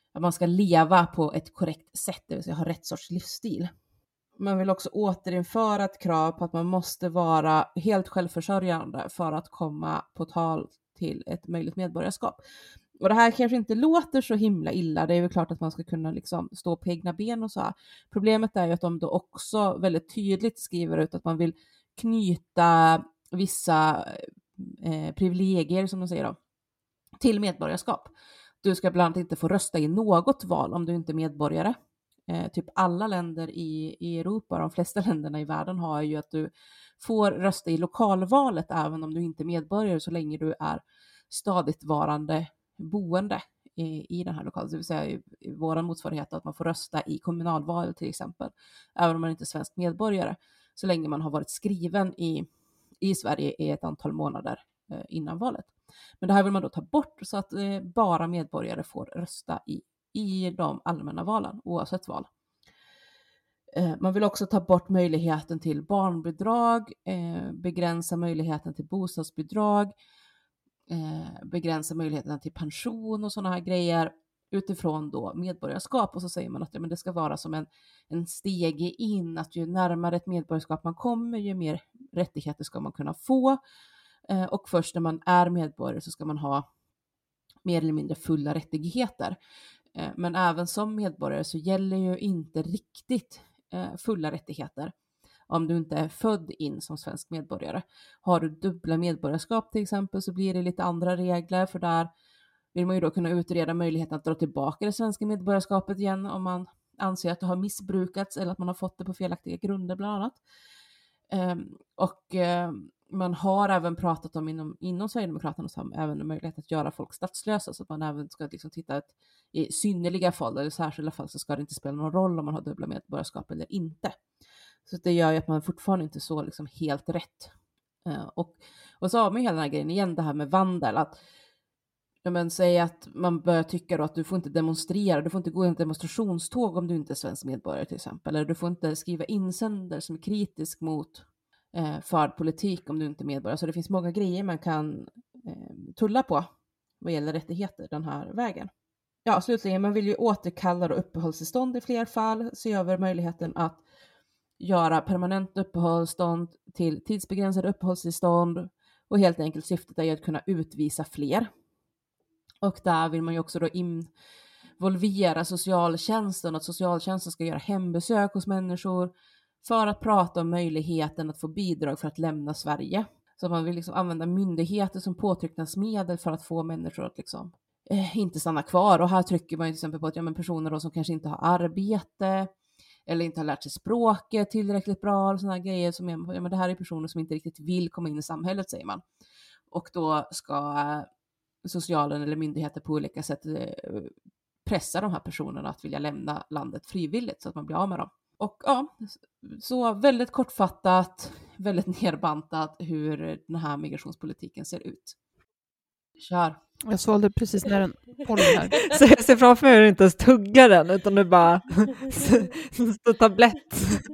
att man ska leva på ett korrekt sätt, det vill säga ha rätt sorts livsstil. Man vill också återinföra ett krav på att man måste vara helt självförsörjande för att komma på tal till ett möjligt medborgarskap. Och det här kanske inte låter så himla illa, det är väl klart att man ska kunna liksom stå på egna ben och så här. Problemet är ju att de då också väldigt tydligt skriver ut att man vill knyta vissa privilegier, som de säger då, till medborgarskap. Du ska bland annat inte få rösta i något val om du inte är medborgare. Typ alla länder i Europa, de flesta länderna i världen har ju att du får rösta i lokalvalet även om du inte är medborgare, så länge du är stadigvarande boende i den här lokalen. Det vill säga i vår motsvarighet att man får rösta i kommunalval till exempel, även om man inte är svensk medborgare, så länge man har varit skriven i Sverige i ett antal månader innan valet. Men det här vill man då ta bort så att bara medborgare får rösta i de allmänna valen, oavsett val. Man vill också ta bort möjligheten till barnbidrag, begränsa möjligheten till bostadsbidrag, begränsa möjligheten till pension och sådana här grejer utifrån då medborgarskap. Och så säger man att det ska vara som en steg in, att ju närmare ett medborgarskap man kommer, ju mer rättigheter ska man kunna få. Och först när man är medborgare så ska man ha mer eller mindre fulla rättigheter. Men även som medborgare så gäller ju inte riktigt fulla rättigheter om du inte är född in som svensk medborgare. Har du dubbla medborgarskap till exempel så blir det lite andra regler, för där vill man ju då kunna utreda möjligheten att dra tillbaka det svenska medborgarskapet igen om man anser att det har missbrukats eller att man har fått det på felaktiga grunder bland annat. Man har även pratat om inom Sverigedemokraterna som även en möjlighet att göra folk statslösa, så att man även ska liksom titta i synnerliga fall eller särskilda fall så ska det inte spela någon roll om man har dubbla medborgarskap eller inte. Så det gör ju att man fortfarande inte så liksom helt rätt. Och så har man ju hela den här grejen igen, det här med vandel, att säg att man börjar tycka då att du får inte demonstrera, du får inte gå i en demonstrationståg om du inte är svensk medborgare till exempel, eller du får inte skriva insändare som är kritisk mot förd politik om du inte är medborgare. Så det finns många grejer man kan tulla på vad gäller rättigheter den här vägen. Ja, slutligen, man vill ju återkalla uppehållstillstånd i fler fall, se över möjligheten att göra permanent uppehållstillstånd till tidsbegränsade uppehållstillstånd, och helt enkelt syftet är att kunna utvisa fler. Och där vill man ju också då involvera socialtjänsten, att socialtjänsten ska göra hembesök hos människor för att prata om möjligheten att få bidrag för att lämna Sverige. Så man vill liksom använda myndigheter som påtryckningsmedel för att få människor att liksom inte stanna kvar. Och här trycker man till exempel på att personer då som kanske inte har arbete eller inte har lärt sig språket tillräckligt bra, sådana här grejer som det här är personer som inte riktigt vill komma in i samhället, säger man. Och då ska socialen eller myndigheter på olika sätt pressa de här personerna att vilja lämna landet frivilligt så att man blir av med dem. Och ja, så väldigt kortfattat, väldigt nerbantat hur den här migrationspolitiken ser ut. Kör. Jag sålde precis när den håller här. Så jag ser framför mig hur du inte ens tuggar den, utan du bara står tablett.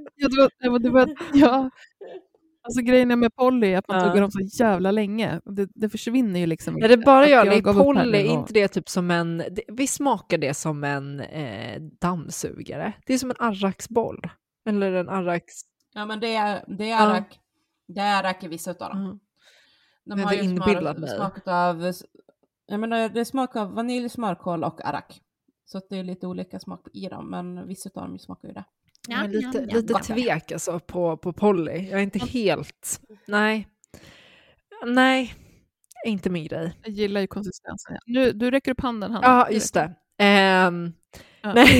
Ja. Alltså grejen med Polly är att man tuggar dem så jävla länge. Det försvinner ju liksom. Ja, det bara gör det. Polly, inte det typ som vi smakar det som en dammsugare. Det är som en arraksboll. Eller en arraks... Ja, men det är arrak. Det är arrak i vissa utav dem. De har ju smakat av... Jag menar, det smakar av vanilj, smörkål och arrak. Så att det är lite olika smak i dem. Men vissa av dem smakar ju det. Ja, lite tvek alltså på Polly. Jag är inte helt... Nej, inte min grej. Jag gillar ju konsistensen. Nu, du räcker upp handen, Hanna. Ja, just det. Nej,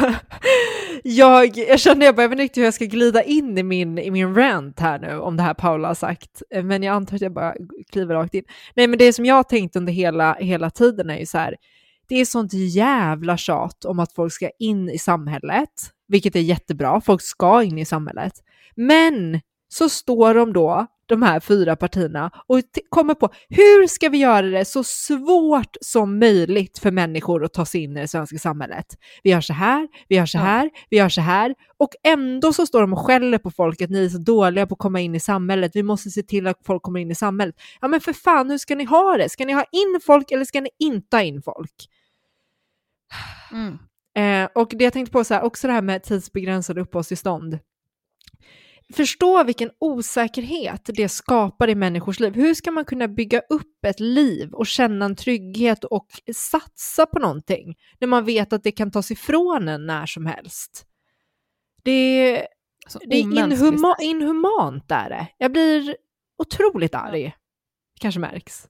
jag kände jag vet inte hur jag ska glida in i min rant här nu om det här Paula har sagt. Men jag antar att jag bara kliver rakt in. Nej, men det som jag har tänkt under hela tiden är ju så här. Det är sånt jävla tjat om att folk ska in i samhället, vilket är jättebra. Folk ska in i samhället. Men så står de här 4 partierna och kommer på hur ska vi göra det så svårt som möjligt för människor att ta sig in i det svenska samhället. Vi gör så här, vi gör så här, vi gör så här. Och ändå så står de och skäller på folk att ni är så dåliga på att komma in i samhället. Vi måste se till att folk kommer in i samhället. Ja, men för fan, hur ska ni ha det? Ska ni ha in folk eller ska ni inte ha in folk? Och det jag tänkte på så här, också det här med tidsbegränsade uppehållstillstånd. Förstå vilken osäkerhet det skapar i människors liv. Hur ska man kunna bygga upp ett liv och känna en trygghet och satsa på någonting när man vet att det kan tas ifrån en när som helst? Det är inhumant är det. Jag blir otroligt arg. Kanske märks.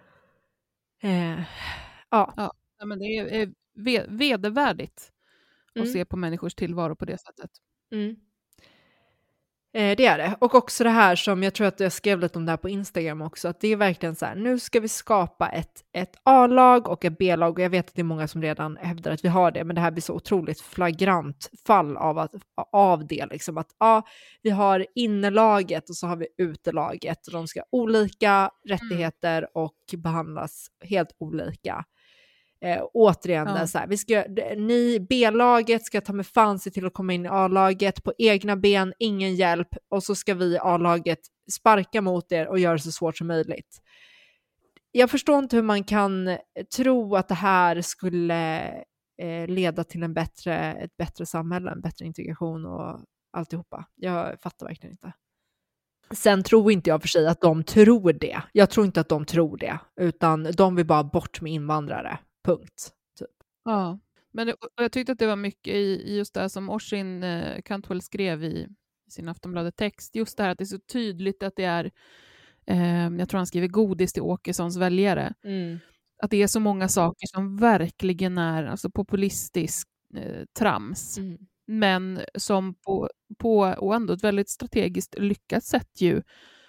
Ja, men det är vedervärdigt att se på människors tillvaro på det sättet. Det är det. Och också det här som jag tror att jag skrev lite om det här på Instagram också, att det är verkligen så här, nu ska vi skapa ett A-lag och ett B-lag, och jag vet att det är många som redan hävdar att vi har det, men det här blir så otroligt flagrant fall av det, liksom att vi har innelaget och så har vi utelaget, och de ska ha olika rättigheter och behandlas helt olika. Återigen så här, ni B-laget ska ta med fan sig till att komma in i A-laget på egna ben, ingen hjälp, och så ska vi A-laget sparka mot er och göra det så svårt som möjligt. Jag förstår inte hur man kan tro att det här skulle leda till ett bättre samhälle, en bättre integration och alltihopa. Jag fattar verkligen inte. Sen tror inte jag för sig att de tror det. Jag tror inte att de tror det, utan de vill bara bort med invandrare. Punkt. Typ. Ja, men jag tyckte att det var mycket i just det som Oisin Cantwell skrev i sin Aftonbladet-text. Just det här att det är så tydligt att det är, jag tror han skriver godis till Åkessons väljare. Att det är så många saker som verkligen är alltså populistisk trams. Men som på och ändå ett väldigt strategiskt lyckat sätt ju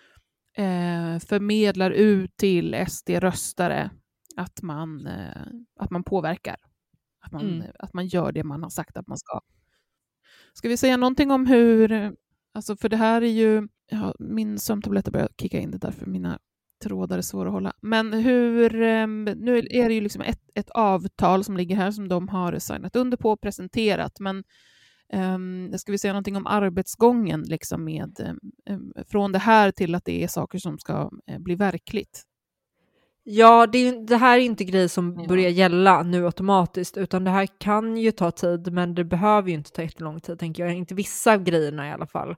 förmedlar ut till SD-röstare att man påverkar. Att man gör det man har sagt att man ska. Ska vi säga någonting om hur, alltså för det här är ju, min sömntabletter börjar kicka in, det därför mina trådar är svåra att hålla. Men nu är det ju liksom ett avtal som ligger här som de har signat under på och presenterat, men ska vi säga någonting om arbetsgången liksom med från det här till att det är saker som ska bli verkligt? Ja, det här är inte grejer som börjar gälla nu automatiskt, utan det här kan ju ta tid, men det behöver ju inte ta jättelång tid, tänker jag. Inte vissa av grejerna i alla fall.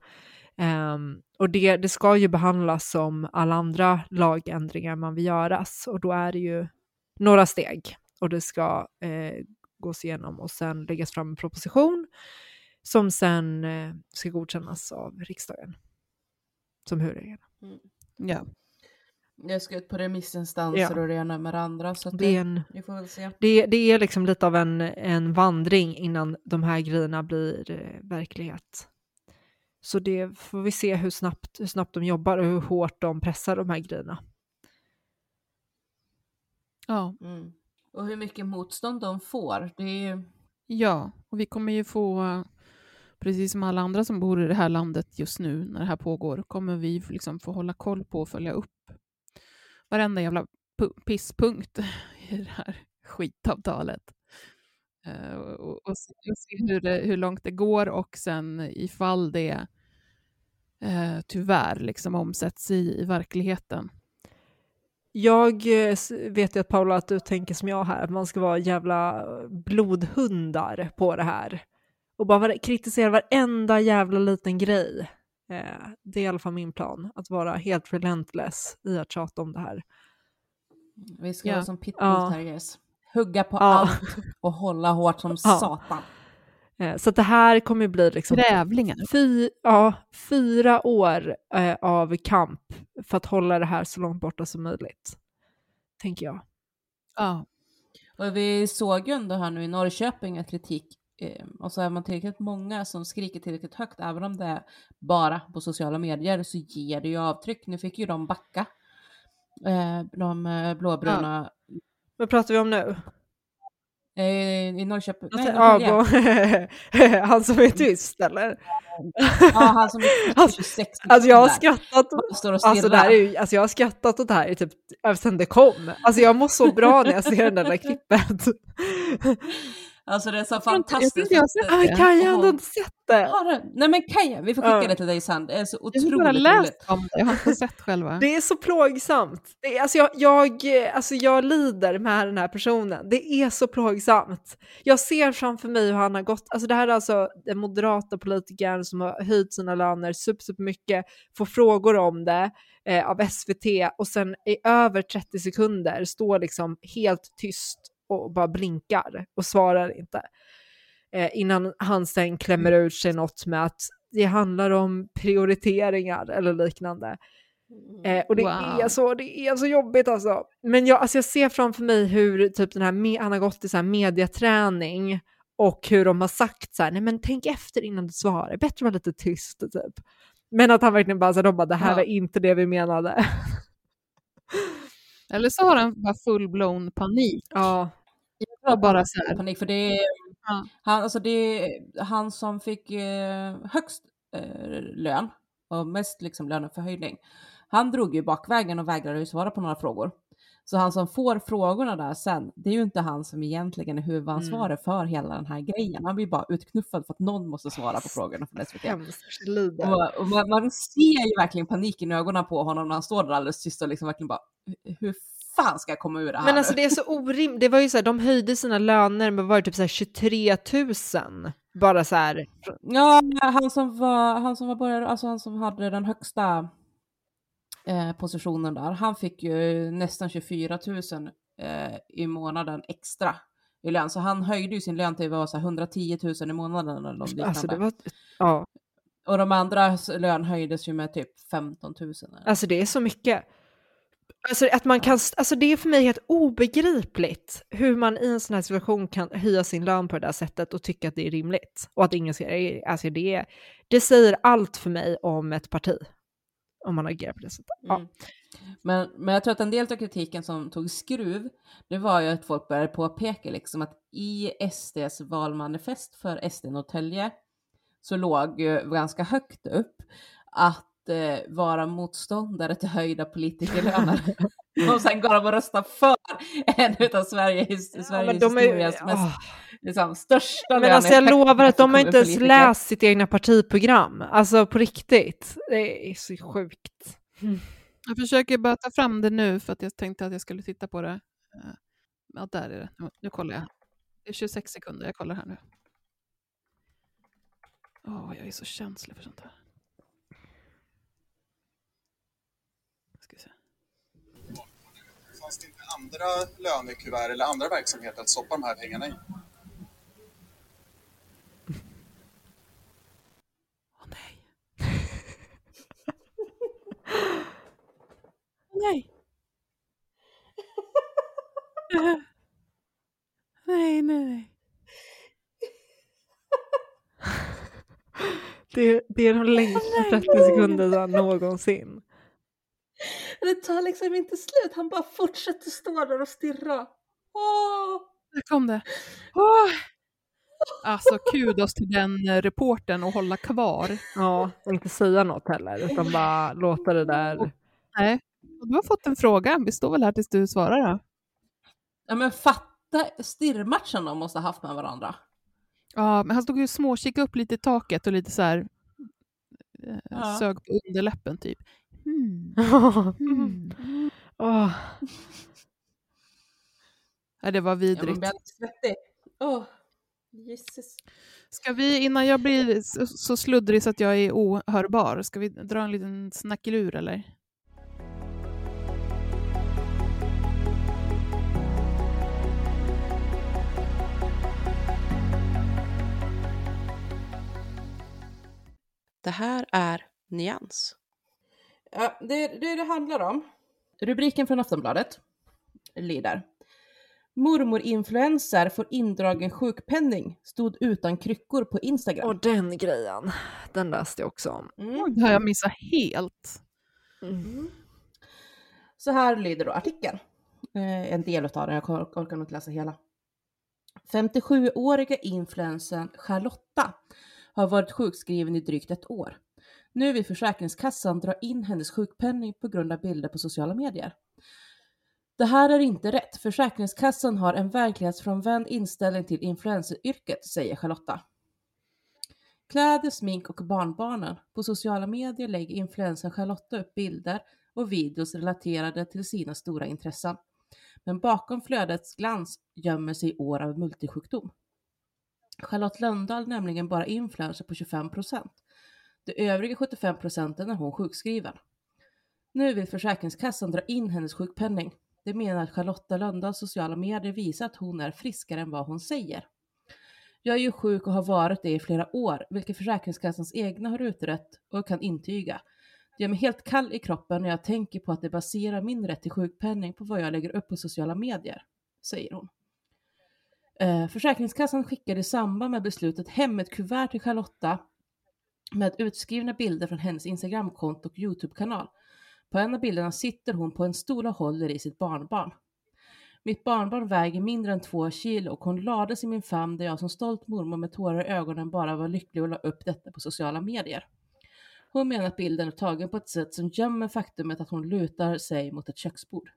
Och det ska ju behandlas som alla andra lagändringar man vill göras, och då är det ju några steg, och det ska gås igenom och sen läggas fram en proposition som sen ska godkännas av riksdagen som huvudregel. Ja. Jag ska ut på remissinstanser och det ena med det andra, så att vi får väl se. Det är liksom lite av en vandring innan de här grejerna blir verklighet. Så det får vi se hur snabbt de jobbar och hur hårt de pressar de här grejerna. Ja. Och hur mycket motstånd de får. Det är ju... Ja, och vi kommer ju få, precis som alla andra som bor i det här landet just nu när det här pågår, kommer vi liksom få hålla koll på och följa upp varenda jävla pisspunkt i det här skitavtalet. Och se hur långt det går, och sen ifall det tyvärr liksom omsätts i verkligheten. Jag vet ju att Paula, att du tänker som jag här, att man ska vara jävla blodhundar på det här och bara kritisera varenda jävla liten grej. Det är i alla fall min plan, att vara helt relentless i att tjata om det här. Vi ska vara som pitbull terriers. Hugga på allt och hålla hårt som satan. Så att det här kommer bli liksom grävlingar. 4 år av kamp för att hålla det här så långt borta som möjligt, tänker jag. Ja. Och vi såg ju ändå här nu i Norrköping en kritik, och så är man tillräckligt många som skriker tillräckligt högt, även om det är bara på sociala medier, så ger det ju avtryck. Nu fick ju de backa, de blåbruna. Vad pratar vi om nu? I Norrköping. Han som är tyst, eller? Ja, han som är 26. Alltså jag har skrattat. Jag har skrattat åt det här i typ sen det kom. Alltså jag mår så bra när jag ser den där klippet. Alltså det är så fantastiskt. Kaja har inte sett det. Nej men Kaja, vi får skicka det till dig sen. Det är så otroligt roligt. Jag har bara läst om det, jag har inte sett själva. Det är så plågsamt. Det är, jag lider med den här personen. Det är så plågsamt. Jag ser framför mig hur han har gått. Alltså det här är alltså den moderata politikern som har höjt sina löner super mycket, får frågor om det av SVT och sen i över 30 sekunder står liksom helt tyst och bara blinkar och svarar inte. Innan han sen klämmer ut sig något med att det handlar om prioriteringar eller liknande. Och det är så jobbigt alltså. Men jag ser framför mig hur typ han har gått i så här mediaträning och hur de har sagt så här, nej men tänk efter innan du svarar, bättre att vara lite tyst typ. Men att han verkligen bara så det här var inte det vi menade. Eller så har han bara full-blown panik. Ja. Och bara så här. Panik, för det är det är han som fick högst lön och mest liksom löneförhöjning. Han drog ju bakvägen och vägrade ju svara på några frågor. Så han som får frågorna där sen, det är ju inte han som egentligen är huvudansvarig för hela den här grejen. Han blir bara utknuffad för att någon måste svara på frågorna från SVT. Och man ser ju verkligen paniken i ögonen på honom när han står där alldeles tyst och liksom verkligen bara, hur fan ska jag komma ur det här? Men alltså det är så orimligt. Det var ju så här, de höjde sina löner med var det typ så här 23 000. Bara så här. Ja, han som var börjare, alltså han som hade den högsta positionen där, han fick ju nästan 24 000 i månaden extra i lön. Så han höjde ju sin lön till så här 110 000 i månaden eller något liknande. Alltså det var, ja. Och de andra lön höjdes ju med typ 15 000. Alltså det är så mycket. Alltså att man kan, alltså det är för mig helt obegripligt hur man i en sån här situation kan höja sin lön på det där sättet och tycka att det är rimligt. Och att ingen ska, alltså det säger allt för mig om ett parti. Om man agerar på det sättet. Ja. Men jag tror att en del av kritiken som tog skruv, det var ju att folk började påpeka liksom att i SDs valmanifest för SD Norrtälje så låg ju ganska högt upp att vara motståndare till höjda politikerlöner. Och sen går de och rösta för en utav Sveriges historias mest liksom, största löner. Men alltså jag lovar att de har inte ens läst sitt egna partiprogram. Alltså på riktigt. Det är så sjukt. Jag försöker bara ta fram det nu för att jag tänkte att jag skulle titta på det. Ja, där är det. Nu kollar jag. Det är 26 sekunder. Jag kollar här nu. Jag är så känslig för sånt här. Ska vi se. Fanns det inte andra lönekuvert eller andra verksamheter att stoppa de här pengarna i? Nej. Nej. Nej. Det är de längsta 30 sekunderna någonsin. Det tar liksom inte slut. Han bara fortsätter stå där och stirra. Där kom det. Alltså kudos till den reportern och hålla kvar. Ja, och inte säga något heller. Utan bara låta det där. Nej, du har fått en fråga. Vi står väl här tills du svarar då. Ja men fatta stirrmatchen de måste ha haft med varandra. Ja, men han stod ju småkika upp lite i taket och lite så här sög på underläppen typ. Ja, det var vidrigt. Jesus. Ska vi, innan jag blir så sluddrig så att jag är ohörbar, ska vi dra en liten snackelur eller? Det här är Nyans. Ja, det handlar om. Rubriken från Aftonbladet lyder: Mormor-influencer får indragen sjukpenning, stod utan kryckor på Instagram. Och den grejen, den läste jag också om. Det har jag missat helt. Så här lyder då artikeln. En del av den, jag orkar nog inte läsa hela. 57-åriga influencern Charlotta har varit sjukskriven i drygt ett år. Nu vill Försäkringskassan dra in hennes sjukpenning på grund av bilder på sociala medier. Det här är inte rätt. Försäkringskassan har en verklighetsfrånvänd inställning till influenceryrket, säger Charlotta. Kläder, smink och barnbarnen. På sociala medier lägger influencer Charlotta upp bilder och videos relaterade till sina stora intressen. Men bakom flödets glans gömmer sig år av multisjukdom. Charlotte Lönndahl är nämligen bara influencer på 25%. De övriga 75% är hon sjukskriven. Nu vill Försäkringskassan dra in hennes sjukpenning. Det menar att Charlotta Lönndahls sociala medier visar att hon är friskare än vad hon säger. Jag är ju sjuk och har varit det i flera år, vilket Försäkringskassans egna har utrett och kan intyga. Det gör mig helt kall i kroppen när jag tänker på att det baserar min rätt till sjukpenning på vad jag lägger upp på sociala medier, säger hon. Försäkringskassan skickade i samband med beslutet hem ett kuvert till Charlotta med utskrivna bilder från hennes Instagramkonto och YouTube-kanal. På en av bilderna sitter hon på en stol och håller i sitt barnbarn. Mitt barnbarn väger mindre än 2 kilo och hon lades i min famn där jag som stolt mormor med tårar i ögonen bara var lycklig och la upp detta på sociala medier. Hon menar att bilden är tagen på ett sätt som gömmer faktumet att hon lutar sig mot ett köksbord.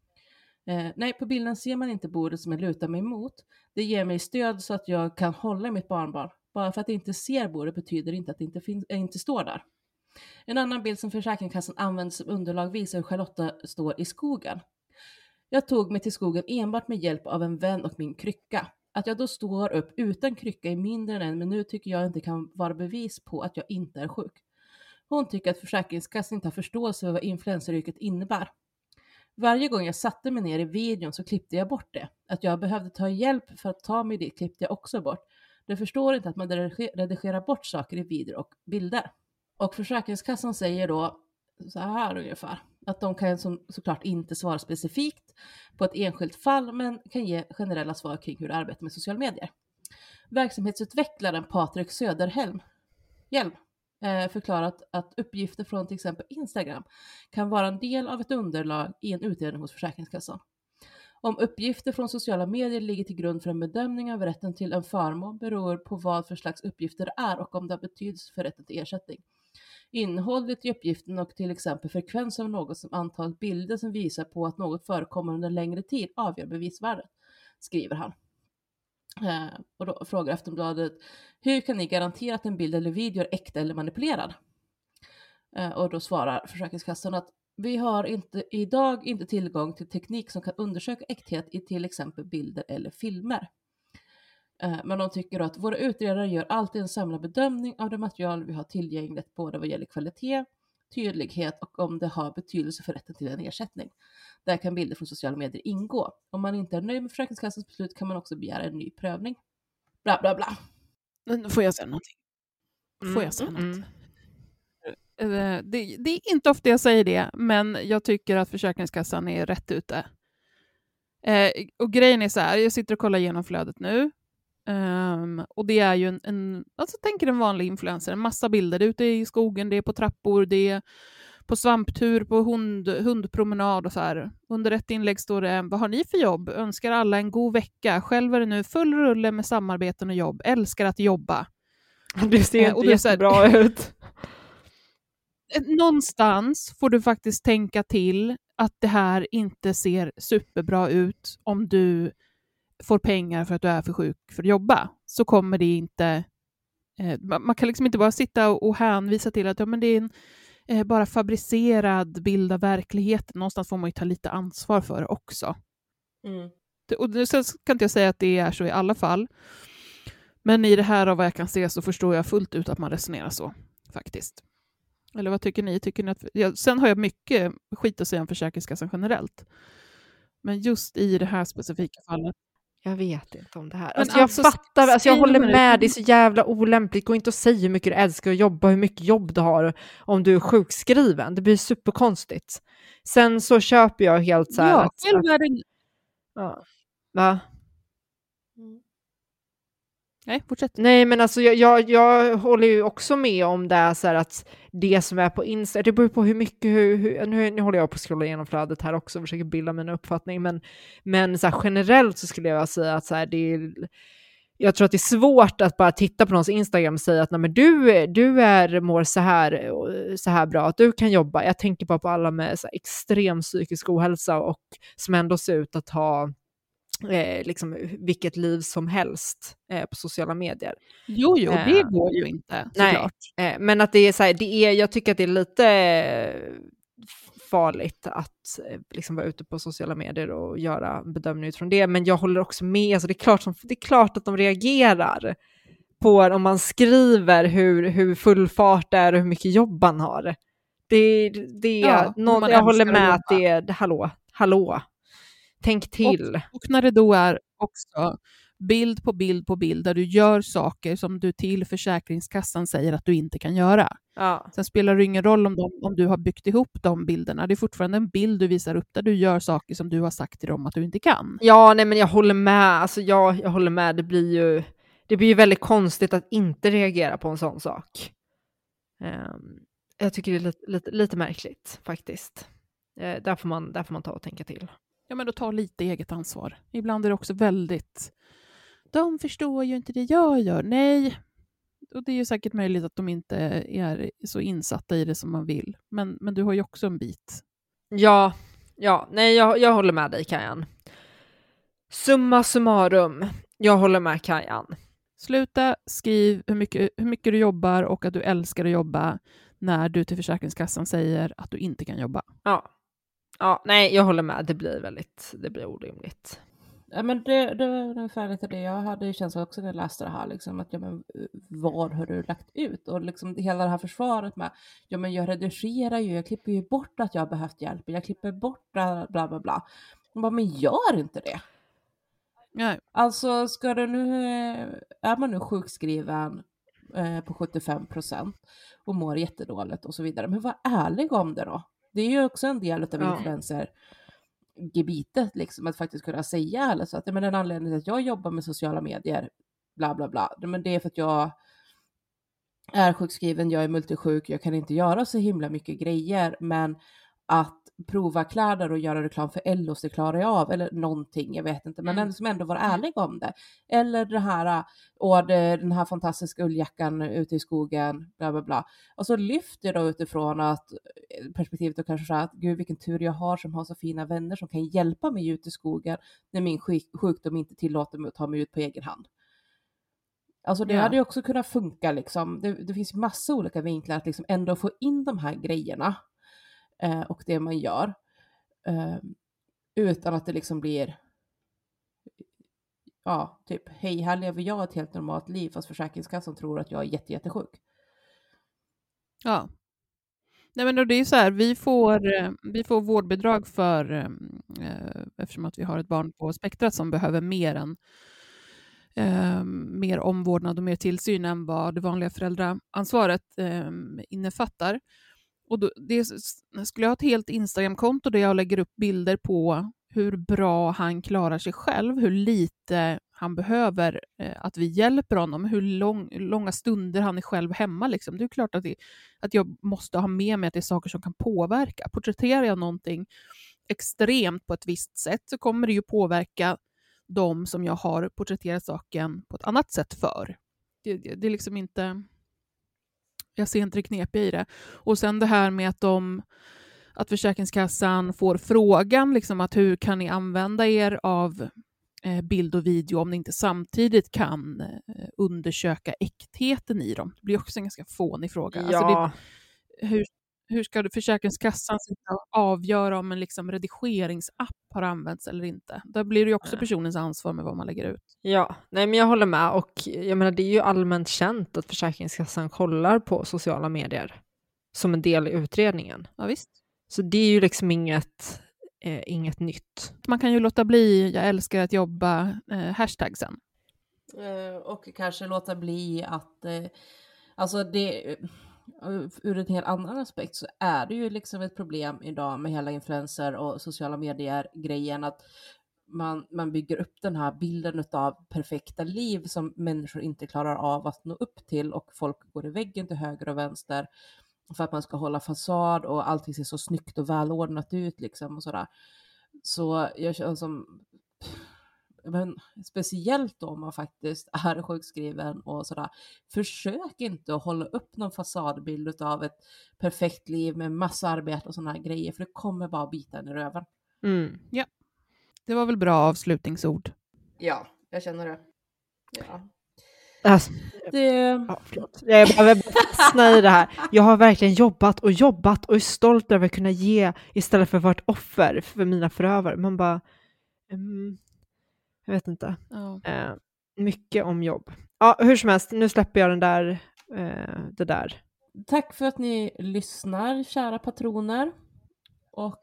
Nej, på bilden ser man inte bordet som jag lutar mig mot. Det ger mig stöd så att jag kan hålla mitt barnbarn. Bara för att jag inte ser bordet betyder inte att det inte står där. En annan bild som Försäkringskassan använder som underlag visar hur Charlotta står i skogen. Jag tog mig till skogen enbart med hjälp av en vän och min krycka. Att jag då står upp utan krycka i mindre än 1 minut tycker jag inte kan vara bevis på att jag inte är sjuk. Hon tycker att Försäkringskassan inte har förståelse för vad influenceryrket innebär. Varje gång jag satte mig ner i videon så klippte jag bort det. Att jag behövde ta hjälp för att ta mig dit klippte jag också bort. De förstår inte att man redigerar bort saker i videor och bilder. Och Försäkringskassan säger då så här ungefär. Att de kan såklart inte svara specifikt på ett enskilt fall men kan ge generella svar kring hur de arbetar med sociala medier. Verksamhetsutvecklaren Patrik Söderhelm förklarat att uppgifter från till exempel Instagram kan vara en del av ett underlag i en utredning hos Försäkringskassan. Om uppgifter från sociala medier ligger till grund för en bedömning av rätten till en förmån beror på vad för slags uppgifter det är och om det har betydelse för rätten till ersättning. Innehållet i uppgiften och till exempel frekvens av något som antalet bilder som visar på att något förekommer under längre tid avgör bevisvärdet, skriver han. Och då frågar Aftonbladet, hur kan ni garantera att en bild eller video är äkta eller manipulerad? Och då svarar Försäkringskassan att vi har idag inte tillgång till teknik som kan undersöka äkthet i till exempel bilder eller filmer. Men de tycker att våra utredare gör alltid en samlad bedömning av det material vi har tillgängligt både vad gäller kvalitet, tydlighet och om det har betydelse för rätten till en ersättning. Där kan bilder från sociala medier ingå. Om man inte är nöjd med Försäkringskassans beslut kan man också begära en ny prövning. Bla bla bla. Får jag säga någonting? Får jag säga något? Det är inte ofta jag säger det, men jag tycker att Försäkringskassan är rätt ute. Och grejen är så här, jag sitter och kollar igenom flödet nu. Och det är ju alltså tänker en vanlig influencer, en massa bilder. Det är ute i skogen, det är på trappor, det är på svamptur, på hundpromenad och så här. Under ett inlägg står det, vad har ni för jobb? Önskar alla en god vecka. Själv är det nu full rulle med samarbeten och jobb. Älskar att jobba. Det ser inte jättebra ut. Någonstans får du faktiskt tänka till att det här inte ser superbra ut om du får pengar för att du är för sjuk för att jobba. Så kommer det inte... Man kan liksom inte bara sitta och hänvisa till att ja, men det är en bara fabricerad bild av verkligheten. Någonstans får man ju ta lite ansvar för det också. Och sen kan inte jag säga att det är så i alla fall. Men i det här av vad jag kan se så förstår jag fullt ut att man resonerar så faktiskt. Eller vad tycker ni? Tycker ni att, sen har jag mycket skit att säga om Försäkringskassan generellt. Men just i det här specifika fallet. Jag vet inte om det här. Alltså, jag fattar, alltså, jag håller med. Det är så jävla olämpligt. Gå inte och säg hur mycket du älskar att jobba, hur mycket jobb du har om du är sjukskriven. Det blir superkonstigt. Sen så köper jag helt så här. Ja, ja. Va? Nej, fortsätt. Nej, men alltså jag håller ju också med om det så här att det som är på Insta, det beror på hur mycket, nu håller jag på att scrolla igenom flödet här också och försöker bilda min uppfattning, men så här, generellt så skulle jag säga att så här, det är jag tror att det är svårt att bara titta på någons Instagram och säga att nej, men du mår så här bra, att du kan jobba. Jag tänker bara på alla med så här extrem psykisk ohälsa och som ändå ser ut att ha liksom vilket liv som helst på sociala medier. Jo, det går ju inte, såklart. Men att det är så här, jag tycker att det är lite farligt att liksom vara ute på sociala medier och göra bedömningar utifrån det. Men jag håller också med, alltså det är klart att de reagerar på om man skriver hur full fart det är och hur mycket jobb man har. Jag håller med att det är hallå. Tänk till. Och när det då är också bild på bild på bild där du gör saker som du till Försäkringskassan säger att du inte kan göra. Ja. Sen spelar det ingen roll om du har byggt ihop de bilderna. Det är fortfarande en bild du visar upp där du gör saker som du har sagt till dem att du inte kan. Ja, nej men jag håller med. Alltså jag håller med. Det blir ju väldigt konstigt att inte reagera på en sån sak. Jag tycker det är lite märkligt faktiskt. Där får man ta och tänka till. Ja, men då ta lite eget ansvar. Ibland är det också väldigt... De förstår ju inte det jag gör. Nej, och det är ju säkert möjligt att de inte är så insatta i det som man vill. Men du har ju också en bit. Ja, nej, jag håller med dig, Kajan. Summa summarum, jag håller med Kajan. Sluta skriv hur mycket du jobbar och att du älskar att jobba när du till Försäkringskassan säger att du inte kan jobba. Ja, nej, jag håller med. Det blir orimligt. Ja, men det var ungefär lite det jag hade ju känslan också när jag läste det här. Liksom, att, vad har du lagt ut? Och liksom hela det här försvaret med, men jag redigerar ju, jag klipper ju bort att jag har behövt hjälp. Jag klipper bort bla bla bla. Men gör inte det. Nej. Alltså, är man nu sjukskriven på 75% och mår jättedåligt och så vidare. Men var ärlig om det då. Det är ju också en del av influencer-gebitet, liksom, att faktiskt kunna säga eller så att men en anledning till att jag jobbar med sociala medier, bla bla bla, men det är för att jag är sjukskriven, jag är multisjuk, jag kan inte göra så himla mycket grejer, men att prova kläder och göra reklam för Ellos, det klarar jag av, eller någonting, jag vet inte, men som ändå var ärlig om det. Eller det här, den här fantastiska ulljackan ute i skogen, bla bla bla. Och så lyfter jag då utifrån att perspektivet och kanske så att gud vilken tur jag har som har så fina vänner som kan hjälpa mig ut i skogen när min sjukdom inte tillåter mig att ta mig ut på egen hand. Alltså det hade ju också kunnat funka liksom. Det finns massa olika vinklar att liksom ändå få in de här grejerna. Och det man gör utan att det liksom blir typ hej, här lever jag ett helt normalt liv fast Försäkringskassan tror att jag är jättesjuk. Ja. Nej, men det är ju så här, vi får vårdbidrag för eftersom att vi har ett barn på spektrat som behöver mer omvårdnad och mer tillsyn än vad det vanliga föräldraansvaret innefattar. Och då, skulle jag ha ett helt Instagram-konto där jag lägger upp bilder på hur bra han klarar sig själv, hur lite han behöver att vi hjälper honom, hur långa stunder han är själv hemma. Liksom. Det är klart att jag måste ha med mig att det är saker som kan påverka. Porträtterar jag någonting extremt på ett visst sätt så kommer det ju påverka de som jag har porträtterat saken på ett annat sätt för. Det är liksom inte... Jag ser inte det knepiga i det. Och sen det här med att Försäkringskassan får frågan liksom att hur kan ni använda er av bild och video om ni inte samtidigt kan undersöka äktheten i dem. Det blir också en ganska fånig fråga. Ja. Alltså hur ska Försäkringskassan sitta och avgöra om en liksom redigeringsapp har använts eller inte? Där blir det ju också personens ansvar med vad man lägger ut. Ja, nej men jag håller med, och jag menar det är ju allmänt känt att Försäkringskassan kollar på sociala medier som en del i utredningen. Ja, visst. Så det är ju liksom inget nytt. Man kan ju låta bli jag älskar att jobba hashtagsen. Och kanske låta bli att alltså det ur en helt annan aspekt så är det ju liksom ett problem idag med hela influencer och sociala medier-grejen att man bygger upp den här bilden av perfekta liv som människor inte klarar av att nå upp till, och folk går i väggen till höger och vänster för att man ska hålla fasad och allting ser så snyggt och välordnat ut liksom och sådär. Så jag känner som men speciellt då om man faktiskt är sjukskriven och sådär, försök inte att hålla upp någon fasadbild av ett perfekt liv med massa arbete och sådana här grejer, för det kommer bara bita en i röven. Ja, det var väl bra avslutningsord. Ja, jag känner det. Ja. Alltså, jag behöver fastna i det här. Jag har verkligen jobbat och är stolt över att kunna ge istället för att vara ett offer för mina förövare. Man bara, jag vet inte. Mycket om jobb. Ja, hur som helst, nu släpper jag det där. Tack för att ni lyssnar, kära patroner. Och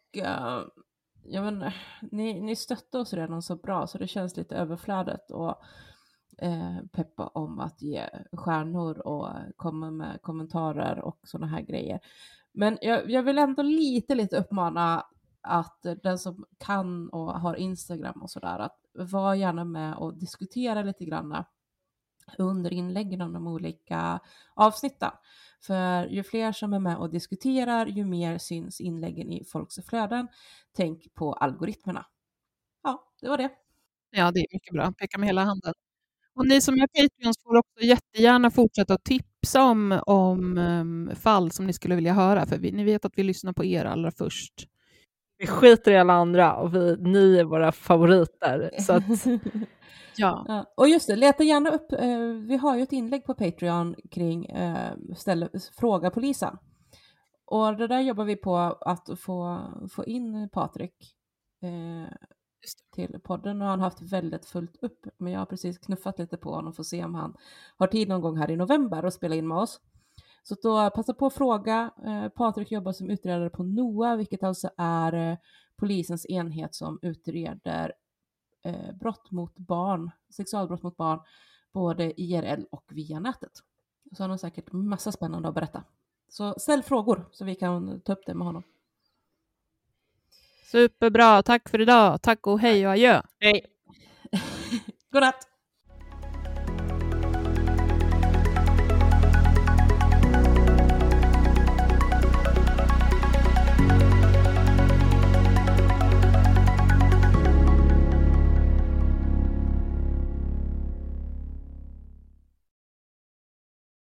ni stöttar oss redan så bra, så det känns lite överflödet och peppa om att ge stjärnor och komma med kommentarer och sådana här grejer. Men jag vill ändå lite uppmana att den som kan och har Instagram och sådär, att vara gärna med och diskutera lite grann under inläggen om de olika avsnitten. För ju fler som är med och diskuterar, ju mer syns inläggen i folks flöden. Tänk på algoritmerna. Ja, det var det. Ja, det är mycket bra. Peka med hela handen. Och ni som är Patreons får också jättegärna fortsätta att tipsa om fall som ni skulle vilja höra. För ni vet att vi lyssnar på er allra först. Vi skiter i alla andra och ni är våra favoriter. Så att... Ja. Och just det, leta gärna upp, vi har ju ett inlägg på Patreon kring fråga polisen. Och det där jobbar vi på att få in Patrik till podden, och han har haft väldigt fullt upp, men jag har precis knuffat lite på honom för att se om han har tid någon gång här i november och spela in med oss. Så då passa på att fråga. Patrik jobbar som utredare på NOA, vilket alltså är polisens enhet som utreder brott mot barn, sexualbrott mot barn, både IRL och via nätet. Så han har säkert massa spännande att berätta. Så ställ frågor så vi kan ta upp det med honom. Superbra, tack för idag. Tack och hej och adjö. Hej. Godnatt.